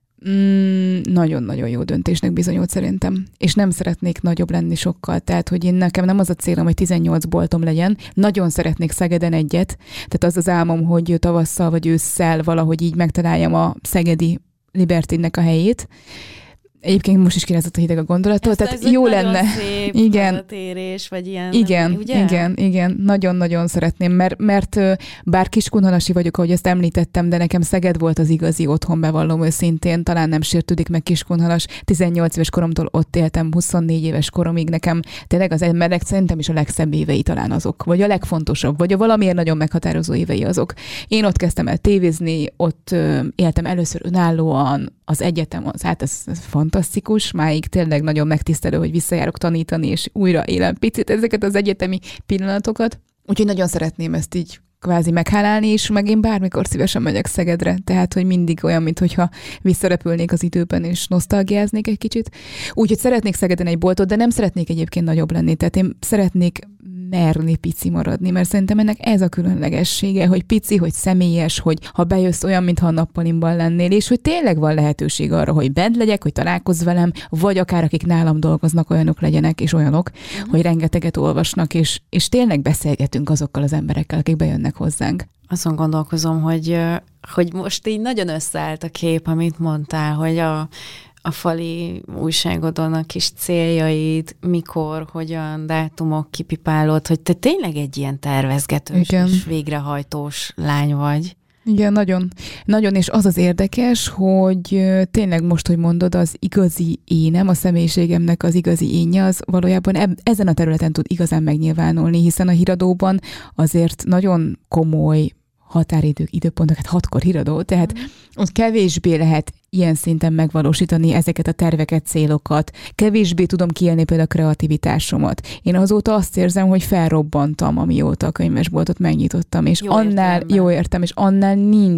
nagyon-nagyon jó döntésnek bizonyult szerintem. És nem szeretnék nagyobb lenni sokkal. Tehát, hogy nekem nem az a célom, hogy 18 boltom legyen. Nagyon szeretnék Szegeden egyet. Tehát az az álmom, hogy tavasszal vagy ősszel valahogy így megtaláljam a szegedi Libertinnek a helyét. Egyébként most is kirázott a hideg a gondolattól, tehát ez jó nagyon lenne. Szép Igen. Térés, vagy ilyen. Igen, ugye? igen. Nagyon-nagyon szeretném, mert bár Kiskunhalasi vagyok, ahogy ezt említettem, de nekem Szeged volt az igazi otthon, bevallom őszintén, talán nem sértődik meg Kiskunhalas. 18 éves koromtól ott éltem, 24 éves koromig nekem tényleg az emberek szerintem is a legszebb évei talán azok, vagy a legfontosabb, vagy a valamiért nagyon meghatározó évei azok. Én ott kezdtem el tévézni, ott éltem először önállóan, az egyetem, hát ez fantasztikus, máig tényleg nagyon megtisztelő, hogy visszajárok tanítani, és újra élem picit ezeket az egyetemi pillanatokat. Úgyhogy nagyon szeretném ezt így kvázi meghálálni, és meg én bármikor szívesen megyek Szegedre, tehát, hogy mindig olyan, mintha visszarepülnék az időben, és nosztalgiáznék egy kicsit. Úgyhogy szeretnék Szegeden egy boltot, de nem szeretnék egyébként nagyobb lenni, tehát én szeretnék merni pici maradni, mert szerintem ennek ez a különlegessége, hogy pici, hogy személyes, hogy ha bejössz olyan, mintha a nappalimban lennél, és hogy tényleg van lehetőség arra, hogy bent legyek, hogy találkozz velem, vagy akár akik nálam dolgoznak, olyanok legyenek, és olyanok, hogy rengeteget olvasnak, és tényleg beszélgetünk azokkal az emberekkel, akik bejönnek hozzánk. Azon gondolkozom, hogy most így nagyon összeállt a kép, amit mondtál, hogy a fali újságodon a kis céljait, mikor, hogyan, dátumok kipipálod, hogy te tényleg egy ilyen tervezgetős és végrehajtós lány vagy. Igen, nagyon. Nagyon, és az érdekes, hogy tényleg most, hogy mondod, az igazi énem, a személyiségemnek az igazi énje, az valójában ezen a területen tud igazán megnyilvánulni, hiszen a híradóban azért nagyon komoly határidők, időpontok, hát 6-kor híradó, tehát ott kevésbé lehet ilyen szinten megvalósítani ezeket a terveket, célokat. Kevésbé tudom kiélni például a kreativitásomat. Én azóta azt érzem, hogy felrobbantam, amióta a könyvesboltot megnyitottam, és jó értem, és annál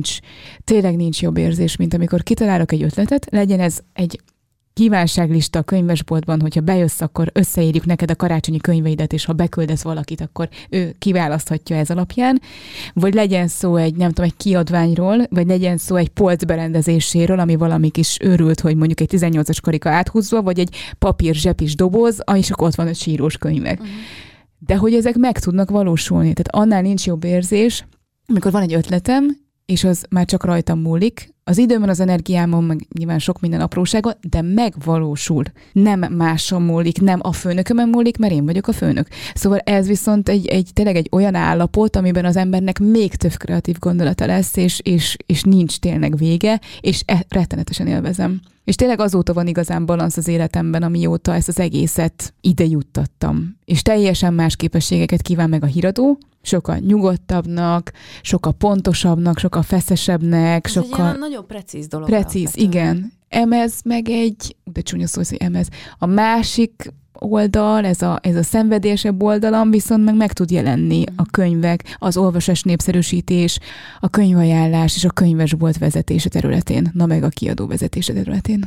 tényleg nincs jobb érzés, mint amikor kitalálok egy ötletet, legyen ez egy kívánságlista a könyvesboltban, hogyha bejössz, akkor összeírjuk neked a karácsonyi könyveidet, és ha beküldesz valakit, akkor ő kiválaszthatja ez alapján. Vagy legyen szó egy kiadványról, vagy legyen szó egy polc berendezéséről, ami valami kis őrült, hogy mondjuk egy 18-as karika áthúzva, vagy egy papír zsepis doboz, és akkor ott van 5 sírós könyvek. De hogy ezek meg tudnak valósulni. Tehát annál nincs jobb érzés, amikor van egy ötletem, és az már csak rajtam múlik, az időmön, az energiámon, meg nyilván sok minden apróságon, de megvalósul. Nem máson múlik, nem a főnökömön múlik, mert én vagyok a főnök. Szóval ez viszont tényleg egy olyan állapot, amiben az embernek még több kreatív gondolata lesz, és nincs tényleg vége, és rettenetesen élvezem. És tényleg azóta van igazán balansz az életemben, amióta ezt az egészet ide juttattam. És teljesen más képességeket kíván meg a híradó, sokkal nyugodtabbnak, sokkal pontosabbnak, sokkal feszesebbnek, ez sokkal... egy nagyon precíz dolog. Precíz, igen. Emez meg de csúnya szó, hogy emez. A másik oldal, ez a szenvedélyesebb oldalam viszont meg tud jelenni a könyvek, az olvasás népszerűsítés, a könyvajánlás és a könyvesbolt vezetése területén, meg a kiadó vezetése területén.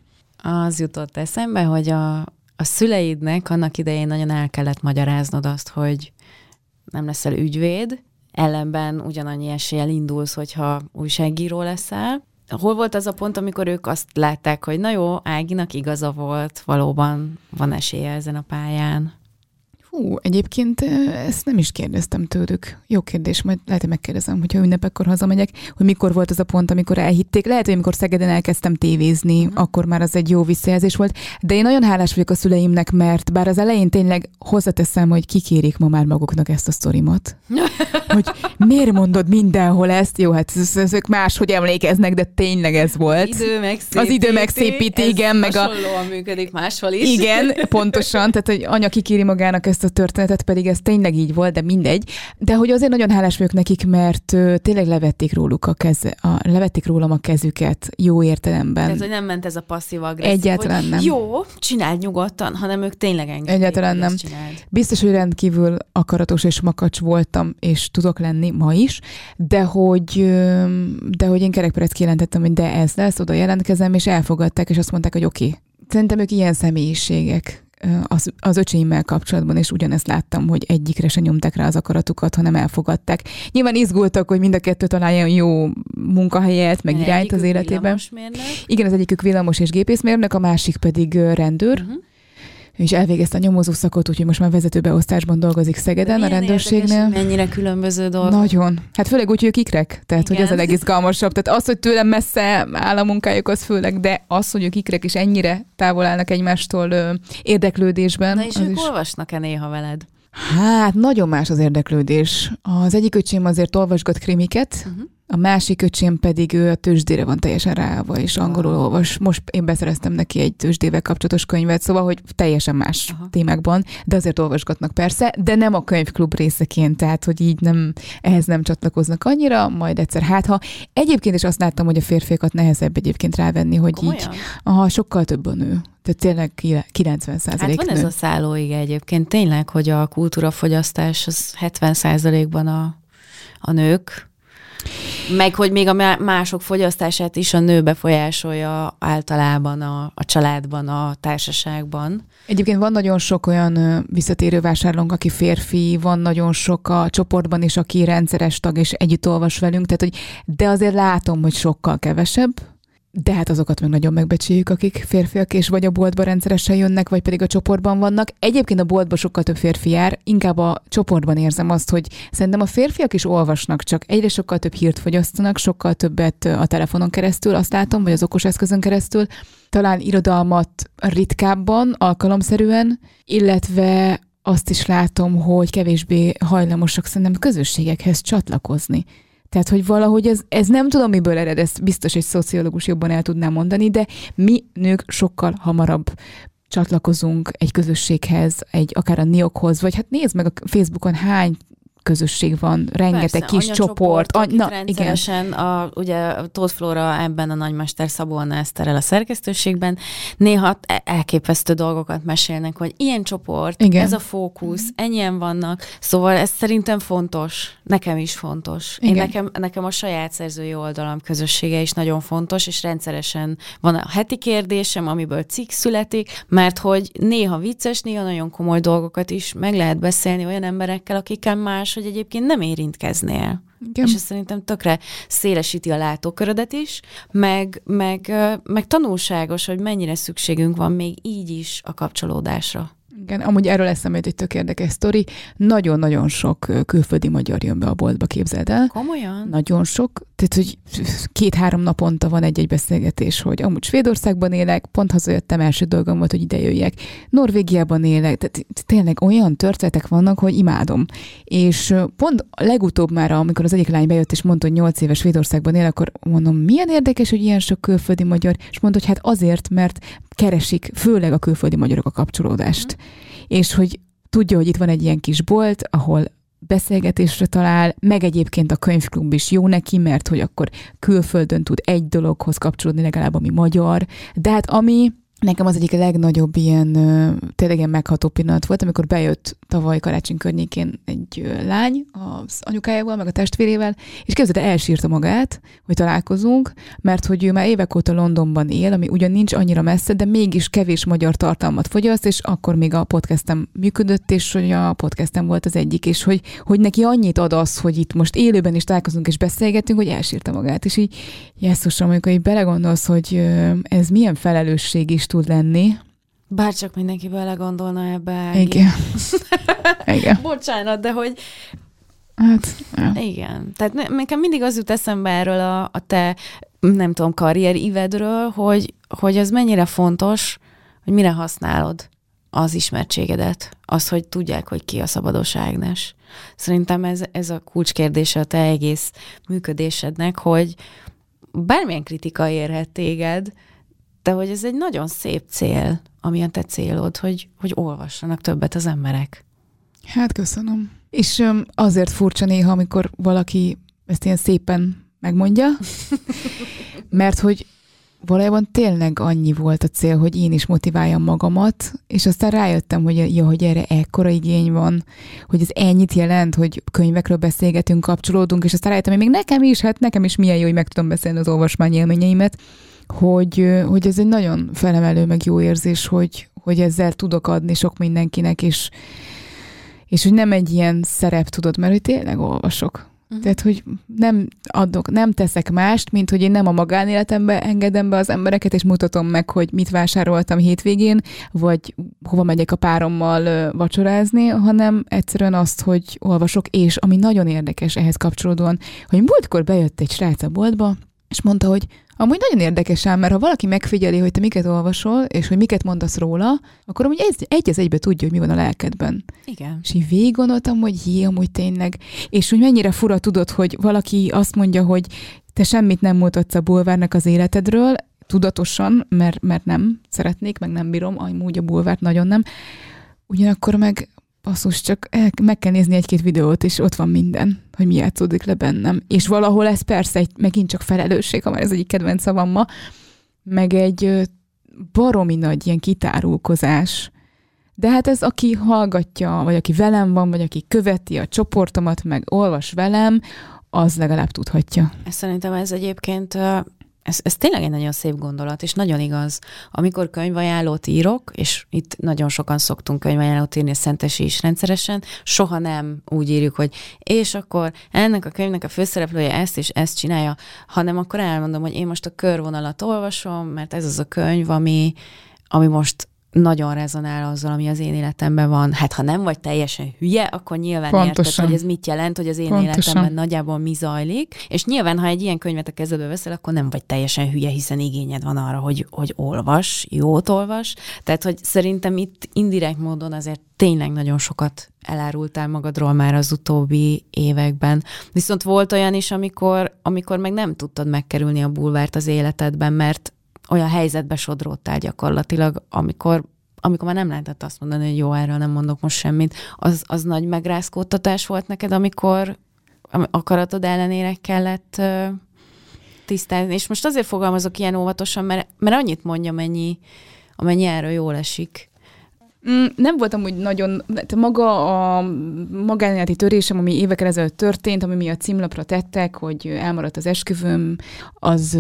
Az jutott eszembe, hogy a szüleidnek annak idején nagyon el kellett magyaráznod azt, hogy nem leszel ügyvéd, ellenben ugyanannyi eséllyel indulsz, hogyha újságíró leszel. Hol volt az a pont, amikor ők azt látták, hogy na jó, Áginak igaza volt, valóban van esélye ezen a pályán? Egyébként ezt nem is kérdeztem tőlük. Jó kérdés, majd lehet, hogy megkérdezem, hogyha ünnepekkor hazamegyek, hogy mikor volt az a pont, amikor elhitték. Lehet, hogy amikor Szegeden elkezdtem tévézni, akkor már az egy jó visszajelzés volt. De én nagyon hálás vagyok a szüleimnek, mert bár az elején tényleg hozzáteszem, hogy kikérik ma már maguknak ezt a sztorimat. Hogy miért mondod mindenhol ezt? Jó, hát ők máshogy emlékeznek, de tényleg ez volt. Az idő megszépíti, igen. Meg hasonlóan működik máshol is. Igen, pontosan. Tehát, hogy anya kikéri magának ezt a történetet, pedig ez tényleg így volt, de mindegy. De hogy azért nagyon hálás vagyok nekik, mert tényleg levették rólam a kezüket jó értelemben. Tehát, hogy nem ment ez a passzív agresszió. Egyáltalán nem. Jó, csináld nyugodtan, hanem ők tényleg engedték. Egyáltalán nem. Biztos, hogy rendkívül akaratos és makacs voltam, és tudok lenni ma is, de hogy én kerekperec kijelentettem, hogy de ez lesz, oda jelentkezem, és elfogadták, és azt mondták, hogy oké. Szerintem ők ilyen személyiségek. Az öcséimmel kapcsolatban, és ugyanezt láttam, hogy egyikre se nyomták rá az akaratukat, hanem elfogadták. Nyilván izgultak, hogy mind a kettő találjon jó munkahelyet, meg irányt az életében. Igen, az egyikük villamos és gépészmérnök, a másik pedig rendőr. és elvégezte a nyomozószakot, úgyhogy most már vezetőbeosztásban dolgozik Szegeden a rendőrségnél. Érdekes, mennyire különböző dolgok. Nagyon. Hát főleg úgy, hogy ők ikrek, tehát hogy ez a legizgalmasabb. Tehát az, hogy tőlem messze áll a munkájuk, az főleg, de az, hogy ők ikrek és ennyire távol állnak egymástól érdeklődésben. Na és ők olvasnak-e néha veled? Hát nagyon más az érdeklődés. Az egyik öcsém azért olvasgat krimiket, a másik öcsém pedig ő a tőzsdére van teljesen ráállva, és angolul olvas. Most én beszereztem neki egy tőzsdével kapcsolatos könyvet, szóval, hogy teljesen más témákban, de azért olvasgatnak persze, de nem a könyvklub részeként, tehát, hogy így ehhez nem csatlakoznak annyira, majd egyszer ha. Egyébként is azt láttam, hogy a férfiakat nehezebb egyébként rávenni, hogy komolyan? Így, sokkal több a nő. Tehát tényleg 90% Hát van nő. ez a szállóige egyébként tényleg, hogy a kultúrafogyasztás az 70%-ban a nők, meg hogy még a mások fogyasztását is a nő befolyásolja általában a családban, a társaságban. Egyébként van nagyon sok olyan visszatérő vásárlónk, aki férfi, van nagyon sok a csoportban is, aki rendszeres tag és együtt olvas velünk, tehát hogy de azért látom, hogy sokkal kevesebb. De hát azokat meg nagyon megbecsüljük, akik férfiak, és vagy a boltba rendszeresen jönnek, vagy pedig a csoportban vannak. Egyébként a boltban sokkal több férfi jár, inkább a csoportban érzem azt, hogy szerintem a férfiak is olvasnak, csak egyre sokkal több hírt fogyasztanak, sokkal többet a telefonon keresztül, azt látom, vagy az okos eszközön keresztül. Talán irodalmat ritkábban, alkalomszerűen, illetve azt is látom, hogy kevésbé hajlamosak szerintem közösségekhez csatlakozni. Tehát, hogy valahogy ez nem tudom, miből ered, ezt biztos egy szociológus jobban el tudná mondani, de mi nők sokkal hamarabb csatlakozunk egy közösséghez, akár a NIOK-hoz, vagy hát nézd meg a Facebookon hány közösség van, rengeteg persze, kis csoport. Rendszeresen ugye Tóth Flóra ebben a nagymester Szabolna Eszterrel a szerkesztőségben néha elképesztő dolgokat mesélnek, hogy ilyen csoport, igen. Ez a fókusz, ennyien vannak, szóval ez szerintem fontos, nekem is fontos. Nekem a saját szerzői oldalam közössége is nagyon fontos, és rendszeresen van a heti kérdésem, amiből cikk születik, mert hogy néha vicces, néha nagyon komoly dolgokat is meg lehet beszélni olyan emberekkel, akikkel más, hogy egyébként nem érintkeznél. Igen. És ez szerintem tökre szélesíti a látókörödet is, meg tanulságos, hogy mennyire szükségünk van még így is a kapcsolódásra. Igen, amúgy erről eszembe jut egy tök érdekes sztori. Nagyon-nagyon sok külföldi magyar jön be a boltba, képzeld el. Komolyan? Nagyon sok. Tehát, hogy 2-3 naponta van egy beszélgetés, hogy amúgy Svédországban élek, pont hazajöttem, első dolgom volt, hogy ide jöjjek. Norvégiában élek, tehát tényleg olyan történetek vannak, hogy imádom. És pont legutóbb már, amikor az egyik lány bejött, és mondta, hogy 8 éves Svédországban él, akkor mondom, milyen érdekes, hogy ilyen sok külföldi magyar, és mondta, hogy hát azért, mert keresik főleg a külföldi magyarok a kapcsolódást. És hogy tudja, hogy itt van egy ilyen kis bolt, ahol beszélgetésre talál, meg egyébként a könyvklub is jó neki, mert hogy akkor külföldön tud egy dologhoz kapcsolódni, legalább ami magyar. De hát ami nekem az egyik legnagyobb ilyen tényleg ilyen megható pillanat volt, amikor bejött tavaly karácsony környékén egy lány az anyukájával, meg a testvérével, és képzeld, elsírta magát, hogy találkozunk, mert hogy ő már évek óta Londonban él, ami ugyan nincs annyira messze, de mégis kevés magyar tartalmat fogyaszt, és akkor még a podcastem működött, és hogy a podcastem volt az egyik, és hogy neki annyit ad az, hogy itt most élőben is találkozunk és beszélgetünk, hogy elsírta magát, és így jesszusom, amikor így belegondolsz, hogy ez milyen felelősség is tud lenni. Bárcsak mindenki belegondolna ebbe. Igen. Igen. Bocsánat, de hogy... Hát, ja. Igen. Tehát nekem mindig az jut eszembe erről a te, nem tudom, karrierívedről, hogy az mennyire fontos, hogy mire használod az ismertségedet. Az, hogy tudják, hogy ki a Szabados Ágnes. Szerintem ez a kulcskérdése a te egész működésednek, hogy bármilyen kritika érhet téged, de hogy ez egy nagyon szép cél, ami a te célod, hogy olvassanak többet az emberek. Hát köszönöm. És azért furcsa néha, amikor valaki ezt ilyen szépen megmondja, mert hogy valójában tényleg annyi volt a cél, hogy én is motiváljam magamat, és aztán rájöttem, hogy erre ekkora igény van, hogy ez ennyit jelent, hogy könyvekről beszélgetünk, kapcsolódunk, és aztán rájöttem, hogy még nekem is milyen jó, hogy meg tudom beszélni az olvasmány élményeimet, hogy ez egy nagyon felemelő, meg jó érzés, hogy ezzel tudok adni sok mindenkinek, és hogy nem egy ilyen szerep, tudod, mert hogy tényleg olvasok. Tehát, hogy nem teszek mást, mint hogy én nem a magánéletembe engedem be az embereket, és mutatom meg, hogy mit vásároltam hétvégén, vagy hova megyek a párommal vacsorázni, hanem egyszerűen azt, hogy olvasok, és ami nagyon érdekes ehhez kapcsolódóan, hogy múltkor bejött egy srác a boltba, és mondta, hogy amúgy nagyon érdekes ám, mert ha valaki megfigyeli, hogy te miket olvasol, és hogy miket mondasz róla, akkor amúgy egy az egybe tudja, hogy mi van a lelkedben. Igen. És így végig gondoltam, hogy amúgy tényleg. És hogy mennyire fura tudod, hogy valaki azt mondja, hogy te semmit nem mutatsz a bulvárnak az életedről, tudatosan, mert nem szeretnék, meg nem bírom, amúgy a bulvárt nagyon nem. Ugyanakkor meg basszus, csak meg kell nézni egy-két videót, és ott van minden, hogy mi játszódik le bennem. És valahol ez persze megint csak felelősség, ha már ez egyik kedvenc szavam ma, meg egy baromi nagy ilyen kitárulkozás. De hát ez, aki hallgatja, vagy aki velem van, vagy aki követi a csoportomat, meg olvas velem, az legalább tudhatja. Szerintem ez egyébként... Ez tényleg egy nagyon szép gondolat, és nagyon igaz. Amikor könyvajánlót írok, és itt nagyon sokan szoktunk könyvajánlót írni, a Szentesi is rendszeresen, soha nem úgy írjuk, hogy és akkor ennek a könyvnek a főszereplője ezt és ezt csinálja, hanem akkor elmondom, hogy én most a Körvonalat olvasom, mert ez az a könyv, ami most nagyon rezonál azzal, ami az én életemben van. Hát ha nem vagy teljesen hülye, akkor nyilván érted, hogy ez mit jelent, hogy az én életemben nagyjából mi zajlik. És nyilván, ha egy ilyen könyvet a kezedbe veszel, akkor nem vagy teljesen hülye, hiszen igényed van arra, hogy olvas, jót olvas. Tehát, hogy szerintem itt indirekt módon azért tényleg nagyon sokat elárultál magadról már az utóbbi években. Viszont volt olyan is, amikor meg nem tudtad megkerülni a bulvárt az életedben, mert olyan helyzetbe sodródtál gyakorlatilag, amikor már nem lehetett azt mondani, hogy jó, erről nem mondok most semmit. Az nagy megrázkódtatás volt neked, amikor akaratod ellenére kellett tisztázni. És most azért fogalmazok ilyen óvatosan, mert annyit mondjam, amennyi erről jól esik. Nem voltam úgy nagyon, maga a magánéleti törésem, ami évekkel ezelőtt történt, ami miatt címlapra tettek, hogy elmaradt az esküvőm, az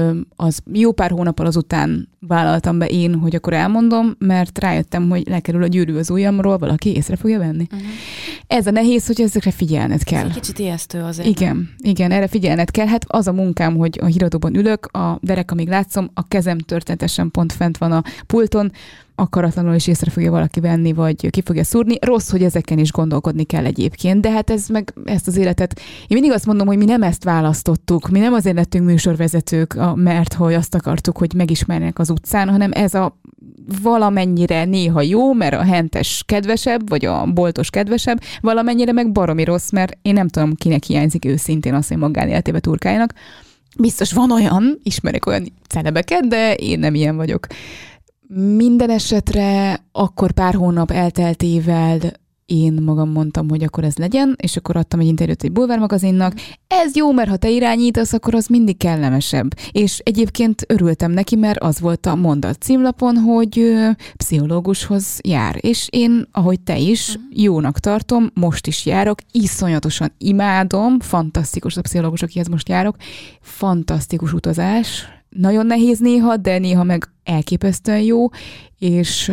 jó pár hónappal azután vállaltam be én, hogy akkor elmondom, mert rájöttem, hogy lekerül a gyűrű az ujjamról, valaki észre fogja venni. Uh-huh. Ez a nehéz, hogy ezekre figyelned kell. Ez egy kicsit ijesztő azért. Igen, erre figyelned kell. Hát az a munkám, hogy a híradóban ülök, a derek, amíg látszom, a kezem történetesen pont fent van a pulton, akaratlanul is észre fogja valaki venni, vagy ki fogja szúrni. Rossz, hogy ezeken is gondolkodni kell egyébként, de hát ezt az életet, én mindig azt mondom, hogy mi nem ezt választottuk, mi nem azért lettünk műsorvezetők, mert hogy azt akartuk, hogy megismerjenek az utcán, hanem ez a valamennyire néha jó, mert a hentes kedvesebb, vagy a boltos kedvesebb, valamennyire meg baromi rossz, mert én nem tudom, kinek hiányzik őszintén azt, hogy magánéletébe turkáljanak. Biztos van olyan, ismerek olyan celebeket, de én nem ilyen vagyok. Minden esetre akkor pár hónap elteltével én magam mondtam, hogy akkor ez legyen, és akkor adtam egy interjút egy bulvármagazinnak. Ez jó, mert ha te irányítasz, akkor az mindig kellemesebb. És egyébként örültem neki, mert az volt a mondat címlapon, hogy pszichológushoz jár. És én, ahogy te is, jónak tartom, most is járok, iszonyatosan imádom, fantasztikus a pszichológus, akihez most járok, fantasztikus utazás, nagyon nehéz néha, de néha meg elképesztően jó, és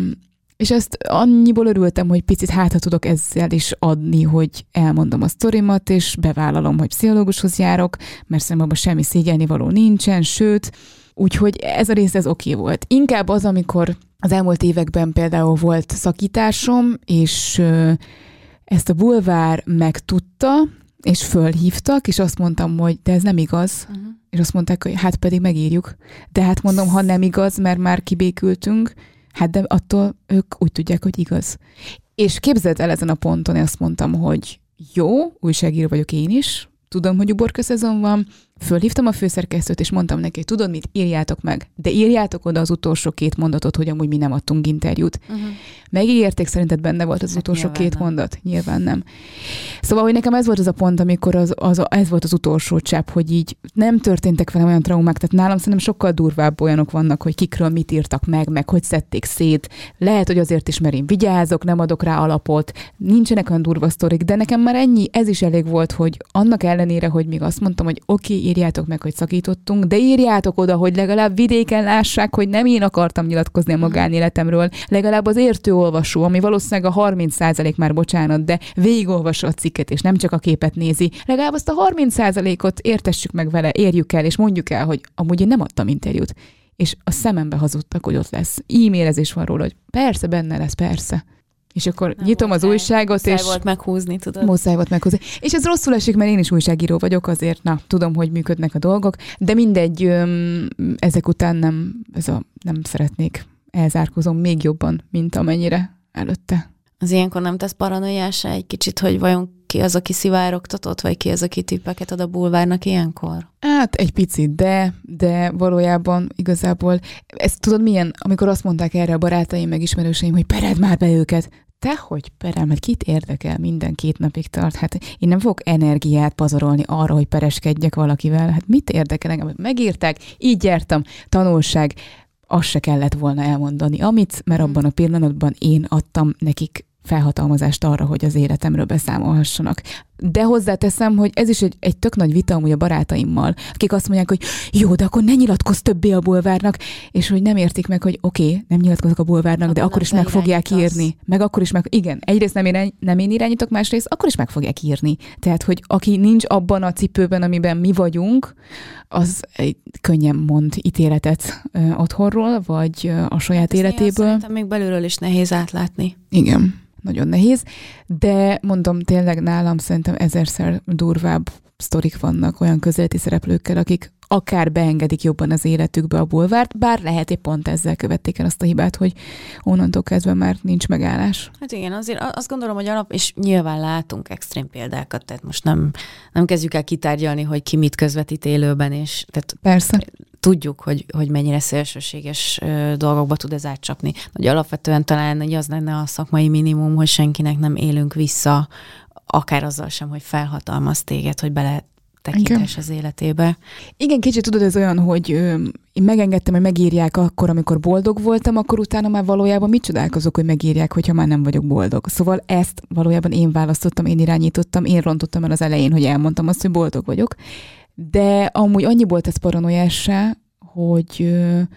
ezt annyiból örültem, hogy picit hátra tudok ezzel is adni, hogy elmondom a sztorimat, és bevállalom, hogy pszichológushoz járok, mert szerintem abban semmi szégyelnivaló nincsen, sőt, úgyhogy ez a rész oké volt. Inkább az, amikor az elmúlt években például volt szakításom, és ezt a bulvár megtudta, és fölhívtak, és azt mondtam, hogy de ez nem igaz. Uh-huh. És azt mondták, hogy hát pedig megírjuk. De hát mondom, ha nem igaz, mert már kibékültünk, hát de attól ők úgy tudják, hogy igaz. És képzeld el ezen a ponton, azt mondtam, hogy jó, újságíró vagyok én is, tudom, hogy uborka szezon van, fölhívtam a főszerkesztőt, és mondtam neki, tudod mit, írjátok meg, de írjátok oda az utolsó 2 mondatot, hogy amúgy mi nem adtunk interjút. Uh-huh. Megígérték, szerinted benne volt az utolsó 2 mondat? Nyilván nem. Szóval, hogy nekem ez volt az a pont, amikor ez volt az utolsó csepp, hogy így nem történtek velem olyan traumák, tehát nálam szerintem sokkal durvább olyanok vannak, hogy kikről mit írtak meg hogy szedték szét. Lehet, hogy azért is, mert én vigyázok, nem adok rá alapot, nincsenek olyan durva sztorik, de nekem már ennyi, ez is elég volt, hogy annak ellenére, hogy még azt mondtam, hogy oké, írjátok meg, hogy szakítottunk, de írjátok oda, hogy legalább vidéken lássák, hogy nem én akartam nyilatkozni a magánéletemről. Legalább az értő olvasó, ami valószínűleg a 30% már bocsánat, de végigolvassa a cikket, és nem csak a képet nézi. Legalább azt a 30%-ot értessük meg vele, érjük el, és mondjuk el, hogy amúgy én nem adtam interjút. És a szemembe hazudtak, hogy ott lesz. E-mailezés van róla, hogy persze benne lesz, persze. És akkor nem nyitom az újságot, és... Muszáj volt meghúzni, tudod? Muszáj volt meghúzni. És ez rosszul esik, mert én is újságíró vagyok, azért tudom, hogy működnek a dolgok, de mindegy, ezek után nem szeretnék, elzárkozom még jobban, mint amennyire előtte. Az ilyenkor nem tesz paranoiásá egy kicsit, hogy vajon ki az, aki szivárogtatott, vagy ki az, aki tippeket ad a bulvárnak ilyenkor? Hát egy picit, de valójában igazából, ezt tudod milyen, amikor azt mondták erre a barátaim, meg ismerőseim, hogy pered már be őket. Tehogy perem, hát kit érdekel, minden 2 napig tart. Hát én nem fogok energiát pazarolni arra, hogy pereskedjek valakivel. Hát mit érdekel engem? Megírták, így jártam, tanulság, azt se kellett volna elmondani, mert abban a pillanatban én adtam nekik felhatalmazást arra, hogy az életemről beszámolhassanak. De hozzáteszem, hogy ez is egy tök nagy vita amúgy a barátaimmal, akik azt mondják, hogy jó, de akkor ne nyilatkozz többé a bulvárnak, és hogy nem értik meg, hogy oké, nem nyilatkozok a bulvárnak, de akkor is meg fogják írni. Meg akkor is igen, egyrészt nem én irányítok, másrészt akkor is meg fogják írni. Tehát, hogy aki nincs abban a cipőben, amiben mi vagyunk, az könnyen mond ítéletet otthonról, vagy a saját életéből. Szerintem még belülről is nehéz átlátni. Igen. Nagyon nehéz, de mondom, tényleg nálam szerintem 1000-szer durvább sztorik vannak olyan közéleti szereplőkkel, akik akár beengedik jobban az életükbe a bulvárt, bár lehet, hogy pont ezzel követték el azt a hibát, hogy onnantól kezdve már nincs megállás. Hát igen, azért azt gondolom, hogy és nyilván látunk extrém példákat, tehát most nem kezdjük el kitárgyalni, hogy ki mit közvetít élőben, és tehát persze. Tudjuk, hogy mennyire szélsőséges dolgokba tud ez átcsapni. Hogy alapvetően talán az lenne a szakmai minimum, hogy senkinek nem élünk vissza, akár azzal sem, hogy felhatalmaz téged, hogy beletekintess az életébe. Igen, kicsit tudod, ez olyan, hogy én megengedtem, hogy megírják akkor, amikor boldog voltam, akkor utána már valójában mit csodálkozok, hogy megírják, hogyha már nem vagyok boldog. Szóval ezt valójában én választottam, én irányítottam, én rontottam el az elején, hogy elmondtam azt, hogy boldog vagyok. De amúgy annyi volt ez paranoiássá, hogy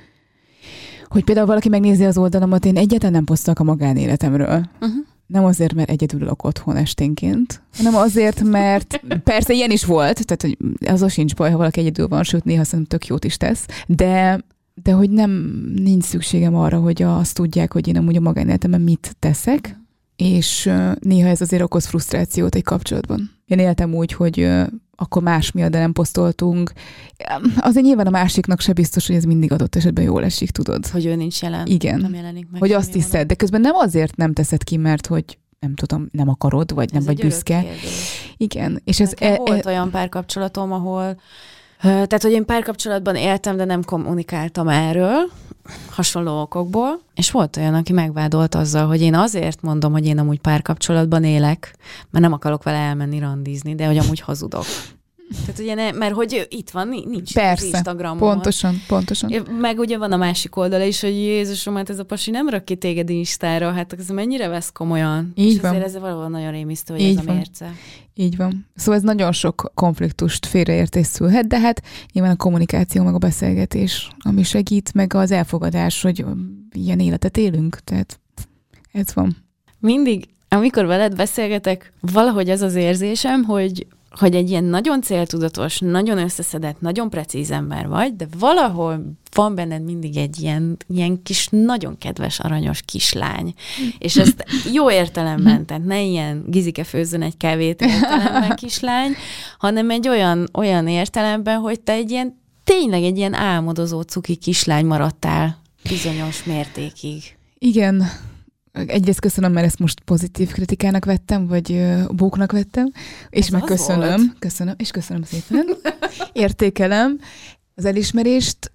például valaki megnézi az oldalamat, én egyáltalán nem posztolok a magánéletemről. Nem azért, mert egyedül ülök otthon esténként, hanem azért, mert persze ilyen is volt, tehát hogy azon sincs baj, ha valaki egyedül van, sőt néha szerintem tök jót is tesz, de hogy nincs szükségem arra, hogy azt tudják, hogy én amúgy a magánéletemben mit teszek, és néha ez azért okoz frusztrációt egy kapcsolatban. Én éltem úgy, hogy akkor más miatt, de nem posztoltunk. Azért nyilván a másiknak se biztos, hogy ez mindig adott esetben jól esik, tudod. Hogy ő nincs jelen. Igen. Nem jelenik meg. Hogy azt hiszed, de közben nem azért nem teszed ki, mert hogy nem tudom, nem akarod, vagy nem vagy büszke. Igen. És ez volt olyan párkapcsolatom, ahol tehát, hogy én párkapcsolatban éltem, de nem kommunikáltam erről, hasonló okokból, és volt olyan, aki megvádolt azzal, hogy én azért mondom, hogy én amúgy párkapcsolatban élek, mert nem akarok vele elmenni randizni, de hogy amúgy hazudok. Tehát ugye mert hogy itt van, nincs persze, Instagramon. Pontosan. Meg ugye van a másik oldala is, hogy Jézusom, hát ez a pasi nem rak ki téged Instára, hát ez mennyire vesz komolyan. Így és van. azért ez valahol nagyon rémisztő, hogy így ez a mérce. Így van. Szóval ez nagyon sok konfliktust félreértés szülhet, de hát nyilván a kommunikáció, meg a beszélgetés, ami segít, meg az elfogadás, hogy ilyen életet élünk, tehát ez van. Mindig, amikor veled beszélgetek, valahogy az az érzésem, hogy egy ilyen nagyon céltudatos, nagyon összeszedett, nagyon precíz ember vagy, de valahol van benned mindig egy ilyen kis, nagyon kedves, aranyos kislány. És ezt jó értelemben, tehát ne ilyen Gizike főzzön egy kávét értelemben kislány, hanem egy olyan értelemben, hogy te tényleg egy ilyen álmodozó cuki kislány maradtál bizonyos mértékig. Igen. Egyrészt köszönöm, mert ezt most pozitív kritikának vettem, vagy bóknak vettem, és megköszönöm. Köszönöm szépen. Értékelem az elismerést.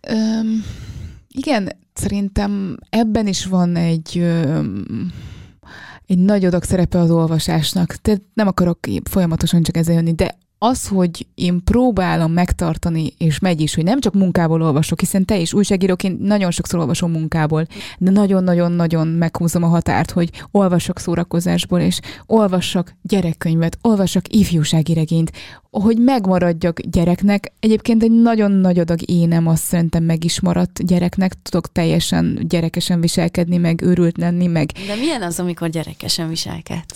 Igen, szerintem ebben is van egy nagy adag szerepe az olvasásnak. Tehát nem akarok folyamatosan csak ezzel jönni, de az, hogy én próbálom megtartani, és megy is, hogy nem csak munkából olvasok, hiszen te is újságíróként nagyon sokszor olvasom munkából, de nagyon-nagyon-nagyon meghúzom a határt, hogy olvasok szórakozásból, és olvassak gyerekkönyvet, olvassak ifjúsági regényt, hogy megmaradjak gyereknek. Egyébként egy nagyon nagy adag énem azt szerintem meg is maradt gyereknek, tudok teljesen gyerekesen viselkedni, meg őrült lenni, meg... De milyen az, amikor gyerekesen viselkedsz?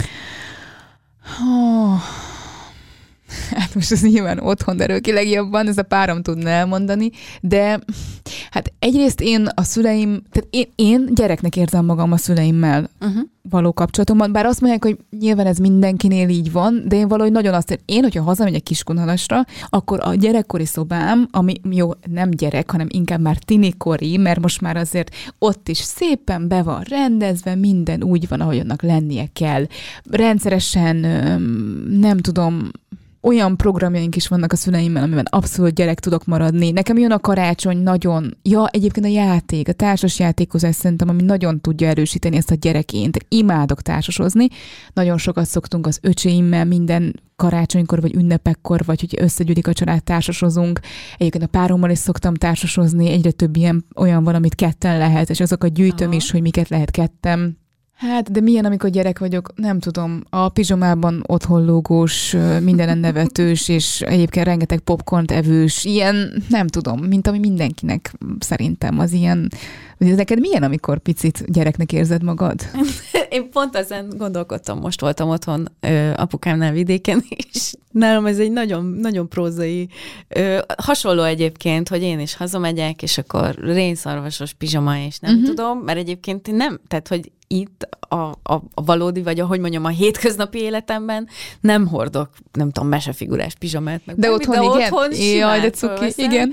Hát most ez nyilván otthon derül ki legjobban, ez a párom tudna elmondani, de hát egyrészt én a szüleim, tehát én gyereknek érzem magam a szüleimmel való kapcsolatomban, bár azt mondják, hogy nyilván ez mindenkinél így van, de én valahogy nagyon azt érzem, hogyha hazamegyek Kiskunhalasra, akkor a gyerekkori szobám, ami jó, nem gyerek, hanem inkább már tinikori, mert most már azért ott is szépen be van rendezve, minden úgy van, ahogy annak lennie kell. Rendszeresen, nem tudom, olyan programjaink is vannak a szüleimmel, amiben abszolút gyerek tudok maradni. Nekem jön a karácsony nagyon... Ja, egyébként a játék, a társas játékozás szerintem, ami nagyon tudja erősíteni ezt a gyereként. Imádok társasozni. Nagyon sokat szoktunk az öcséimmel minden karácsonykor, vagy ünnepekkor, vagy hogy összegyűlik a család, társasozunk. Egyébként a párommal is szoktam társasozni. Egyre több olyan van, amit ketten lehet, és azokat gyűjtöm is, hogy miket lehet ketten. Hát, de milyen, amikor gyerek vagyok, nem tudom, a pizsomában otthon lógós, mindenen nevetős, és egyébként rengeteg popcornt evős, ilyen, nem tudom, mint ami mindenkinek szerintem az ilyen, hogy neked milyen, amikor picit gyereknek érzed magad? Én pont ezen gondolkodtam, most voltam otthon apukámnál vidéken, és nálam ez egy nagyon, nagyon prózai, hasonló egyébként, hogy én is hazamegyek, és akkor rénszarvasos pizsoma, és nem tudom, mert egyébként nem, tehát, hogy itt a valódi, vagy ahogy mondjam, a hétköznapi életemben nem hordok, nem tudom, mesefigurás pizsamát, meg de otthon, igen? Otthon jaj, de cuki, igen.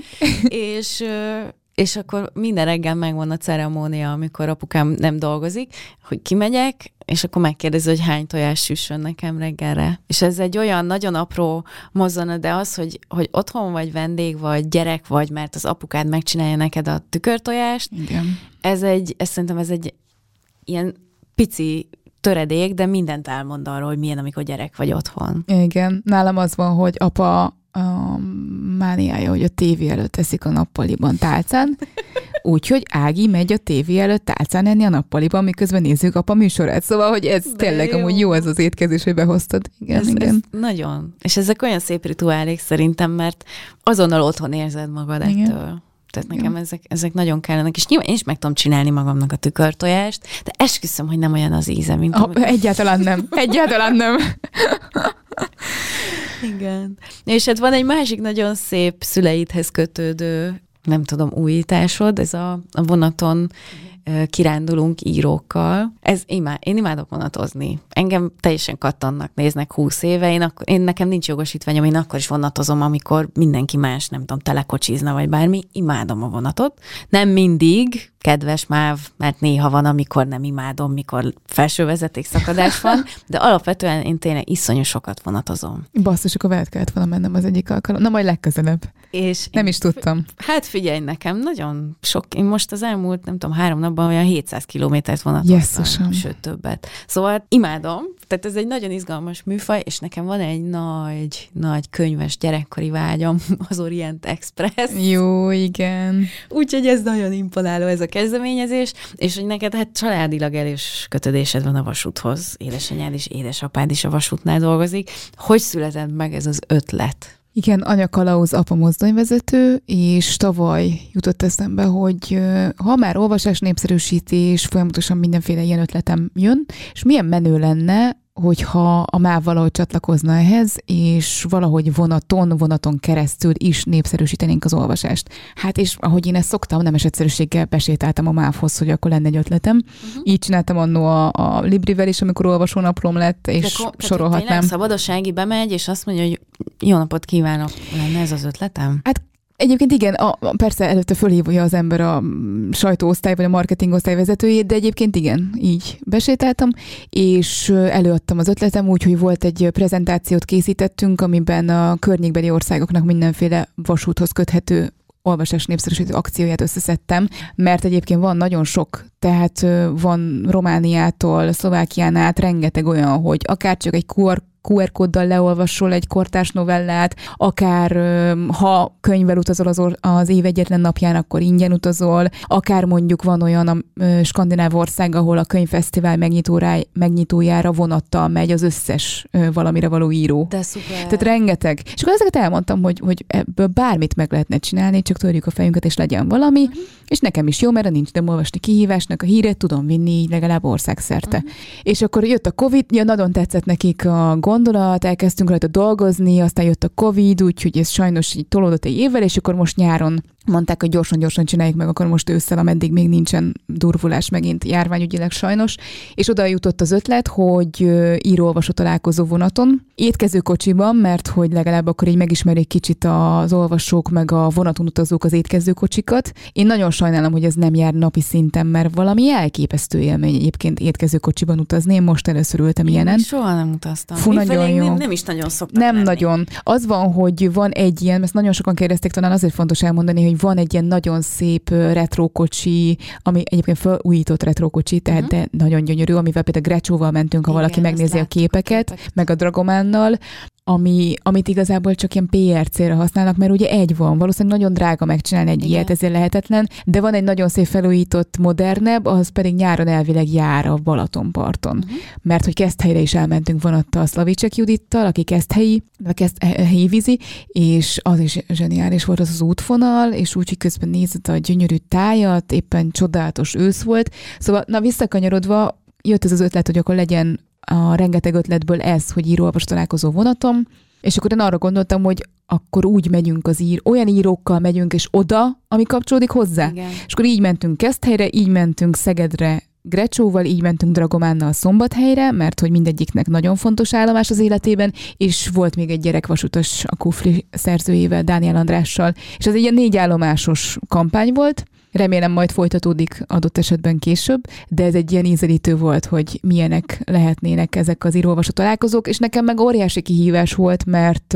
És akkor minden reggel megvan a ceremónia, amikor apukám nem dolgozik, hogy kimegyek, és akkor megkérdezi, hogy hány tojás süssön nekem reggelre. És ez egy olyan nagyon apró mozzanat, de az, hogy otthon vagy vendég, vagy gyerek vagy, mert az apukád megcsinálja neked a tükörtojást, igen. Szerintem ez egy ilyen pici töredék, de mindent elmond arról, hogy milyen, amikor gyerek vagy otthon. Igen, nálam az van, hogy apa mániája, hogy a tévé előtt eszik a nappaliban tálcán, úgyhogy Ági megy a tévé előtt tálcán enni a nappaliban, miközben nézzük apa műsorát. Szóval, hogy ez de tényleg jó. Amúgy jó az az étkezés, hogy behoztad. Igen, igen. Ez nagyon. És ezek olyan szép rituálék szerintem, mert azonnal otthon érzed magad igen. ettől. Tehát nekem ezek nagyon kellenek, és nyilván én is meg tudom csinálni magamnak a tükörtojást, de esküszöm, hogy nem olyan az íze, mint egyáltalán nem. Egyáltalán nem. Igen. És hát van egy másik nagyon szép szüleidhez kötődő, nem tudom, újításod, ez a vonaton kirándulunk írókkal. Én imádok vonatozni. Engem teljesen kattannak néznek 20 éve, nekem nincs jogosítványom, én akkor is vonatozom, amikor mindenki más, nem tudom, telekocsizna, vagy bármi. Imádom a vonatot. Nem mindig, kedves MÁV, mert néha van, amikor nem imádom, mikor felsővezeték szakadás van, de alapvetően én tényleg iszonyú sokat vonatozom. Basszus, akkor veled kellett volna mennem az egyik alkalom. Na, majd legközelebb. És nem is tudtam. Hát figyelj, nekem nagyon sok, én most az elmúlt, nem tudom, 3 napban olyan 700 kilométert vonatoztam, sőt többet. Szóval imádom, tehát ez egy nagyon izgalmas műfaj, és nekem van egy nagy könyves gyerekkori vágyam, az Orient Express. Jó, igen. Úgyhogy ez nagyon imponáló ez a kezdeményezés, és hogy neked hát családilag erős kötődésed van a vasúthoz. Édesanyád és édesapád is a vasútnál dolgozik. Hogy született meg ez az ötlet? Igen, anya kalauz, apa mozdonyvezető, és tavaly jutott eszembe, hogy ha már olvasás, népszerűsítés, folyamatosan mindenféle ilyen ötletem jön, és milyen menő lenne, hogyha a MÁV valahogy csatlakozna ehhez, és valahogy vonaton keresztül is népszerűsítenénk az olvasást. Hát és ahogy én ezt szoktam, nemes egyszerűséggel besétáltam a MÁV-hoz, hogy akkor lenne egy ötletem. Így csináltam annó a Librivel is, amikor olvasónaplom lett, és sorolhatnám. Tényleg Szabadossági bemegy, és azt mondja, hogy jó napot kívánok, lenne ez az ötletem? Hát egyébként igen, persze előtte fölhívja az ember a sajtóosztály vagy a marketingosztály vezetőjét, de egyébként igen, így besétáltam, és előadtam az ötletem úgy, hogy volt egy prezentációt készítettünk, amiben a környékbeli országoknak mindenféle vasúthoz köthető olvasás népszerűsítő akcióját összeszedtem, mert egyébként van nagyon sok, tehát van Romániától, Szlovákián át rengeteg olyan, hogy akár csak egy QR QR kóddal leolvasol egy kortárs novellát, akár ha könyvvel utazol az év egyetlen napján, akkor ingyen utazol, akár mondjuk van olyan a skandináv ország, ahol a könyvfesztivál megnyitójára vonattal megy az összes valamire való író. De szuper. Tehát rengeteg. És akkor ezeket elmondtam, hogy ebből bármit meg lehetne csinálni, csak törjük a fejünket, és legyen valami, és nekem is jó, mert nincs nem olvasni kihívásnak a híret, tudom vinni így legalább országszerte. És akkor jött a Covid, nagyon tetszett nekik a gondolat, elkezdtünk rajta dolgozni, aztán jött a Covid, úgyhogy ez sajnos így tolódott egy évvel, és akkor most nyáron mondták, hogy gyorsan csináljuk meg, akkor most ősszel, ameddig még nincsen durvulás megint járványügyileg sajnos, és oda jutott az ötlet, hogy író-olvasó találkozó vonaton, étkezőkocsiban, mert hogy legalább akkor így megismerik kicsit az olvasók, meg a vonaton utazók az étkezőkocsikat. Én nagyon sajnálom, hogy ez nem jár napi szinten, mert valami elképesztő élmény egyébként étkezőkocsiban utazni. Én most először ültem ilyenen. Soha nem utaztam. Fú, nagyon jó. Nem is nagyon szoktam Nem lenni. nagyon. Az van, hogy van egy ilyen, ezt nagyon sokan kérdezték, talán azért fontos elmondani, hogy van egy ilyen nagyon szép retrókocsi, ami egyébként felújított retrókocsi, tehát de nagyon gyönyörű, amivel például Grecsóval mentünk, ha valaki megnézi a képeket, meg a Dragománnal, amit igazából csak ilyen PR célra használnak, mert ugye egy van, valószínűleg nagyon drága megcsinálni egy ilyet, ezért lehetetlen, de van egy nagyon szép felújított, modernebb, az pedig nyáron elvileg jár a Balatonparton. Mert hogy Keszthelyre is elmentünk vonattal Szlavicsek Judittal, aki helyi vízi, és az is zseniális volt az útvonal, és úgy, hogy közben nézett a gyönyörű tájat, éppen csodálatos ősz volt. Szóval, visszakanyarodva, jött ez az ötlet, hogy akkor legyen a rengeteg ötletből ez, hogy író-olvasó találkozó vonatom, és akkor én arra gondoltam, hogy akkor úgy megyünk olyan írókkal megyünk, és oda, ami kapcsolódik hozzá. Igen. És akkor így mentünk Keszthelyre, így mentünk Szegedre Grecsóval, így mentünk Dragománnal Szombathelyre, mert hogy mindegyiknek nagyon fontos állomás az életében, és volt még egy gyerekvasutas a Kufli szerzőjével, Dániel Andrással, és ez egy ilyen 4 állomásos kampány volt. Remélem majd folytatódik adott esetben később, de ez egy ilyen ízelítő volt, hogy milyenek lehetnének ezek az író-olvasó találkozók, és nekem meg óriási kihívás volt, mert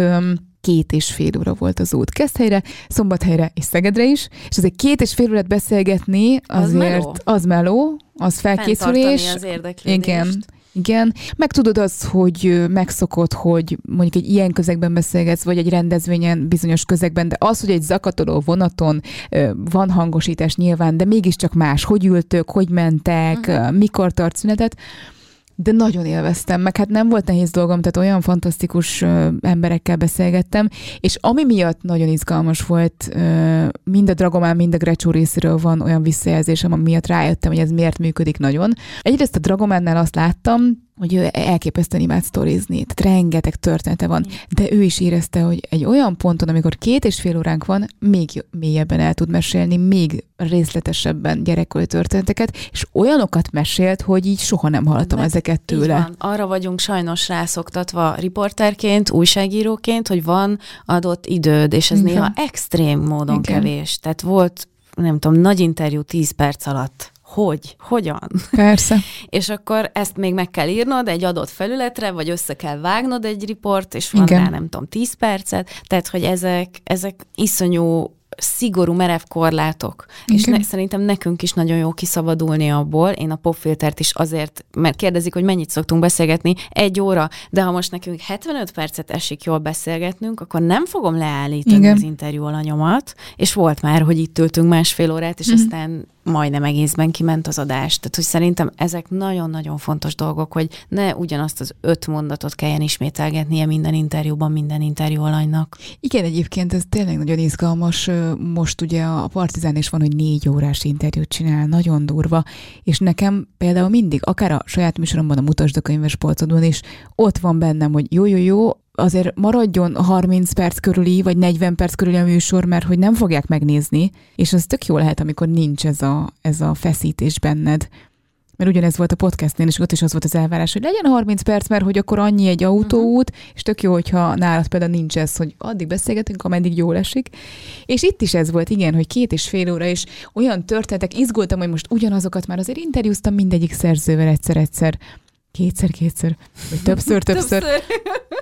2,5 óra volt az út Keszthelyre, Szombathelyre és Szegedre is, és azért 2,5 órát beszélgetni azért az meló, az felkészülés. Fenntartani az érdeklődést. Igen. Meg tudod azt, hogy megszokod, hogy mondjuk egy ilyen közegben beszélgetsz, vagy egy rendezvényen bizonyos közegben, de az, hogy egy zakatoló vonaton van hangosítás nyilván, de mégiscsak más. Hogy ültök, hogy mentek, mikor tart szünetet, de nagyon élveztem, meg hát nem volt nehéz dolgom, tehát olyan fantasztikus emberekkel beszélgettem, és ami miatt nagyon izgalmas volt, mind a Dragomán, mind a Grecsó részéről van olyan visszajelzésem, ami miatt rájöttem, hogy ez miért működik nagyon. Egyrészt a Dragománnál azt láttam, hogy ő elképesztően imád sztorizni, tehát rengeteg története van, de ő is érezte, hogy egy olyan ponton, amikor 2,5 óránk van, még mélyebben el tud mesélni, még részletesebben gyerekkori történeteket, és olyanokat mesélt, hogy így soha nem hallottam ezeket tőle. Arra vagyunk sajnos rászoktatva riporterként, újságíróként, hogy van adott időd, és ez néha extrém módon kevés. Tehát volt, nem tudom, nagy interjú 10 perc alatt. Hogyan? Persze. És akkor ezt még meg kell írnod egy adott felületre, vagy össze kell vágnod egy riport, és van rá, nem tudom, 10 percet. Tehát, hogy ezek iszonyú, szigorú, merev korlátok. Igen. És szerintem nekünk is nagyon jó kiszabadulni abból. Én a popfiltert is azért, mert kérdezik, hogy mennyit szoktunk beszélgetni, 1 óra, de ha most nekünk 75 percet esik jól beszélgetnünk, akkor nem fogom leállítani az interjú alanyomat, és volt már, hogy itt ültünk 1,5 órát, és aztán majdnem egészben kiment az adás. Tehát, hogy szerintem ezek nagyon-nagyon fontos dolgok, hogy ne ugyanazt az 5 mondatot kelljen ismételgetnie minden interjúban, minden interjú alanynak. Igen, egyébként ez tényleg nagyon izgalmas. Most ugye a Partizán is van, hogy 4 órás interjút csinál, nagyon durva, és nekem például mindig, akár a saját műsoromban, a Mutasd a könyvespolcodon is, ott van bennem, hogy jó, azért maradjon 30 perc körüli, vagy 40 perc körüli a műsor, mert hogy nem fogják megnézni, és az tök jó lehet, amikor nincs ez a feszítés benned. Mert ugyanez volt a podcastnél, és ott is az volt az elvárás, hogy legyen 30 perc, mert hogy akkor annyi egy autóút, és tök jó, hogyha nálad például nincs ez, hogy addig beszélgetünk, ameddig jól esik. És itt is ez volt, igen, hogy 2,5 óra, és olyan történetek, izgultam, hogy most ugyanazokat már azért interjúztam mindegyik szerzővel egyszer, kétszer, vagy többször.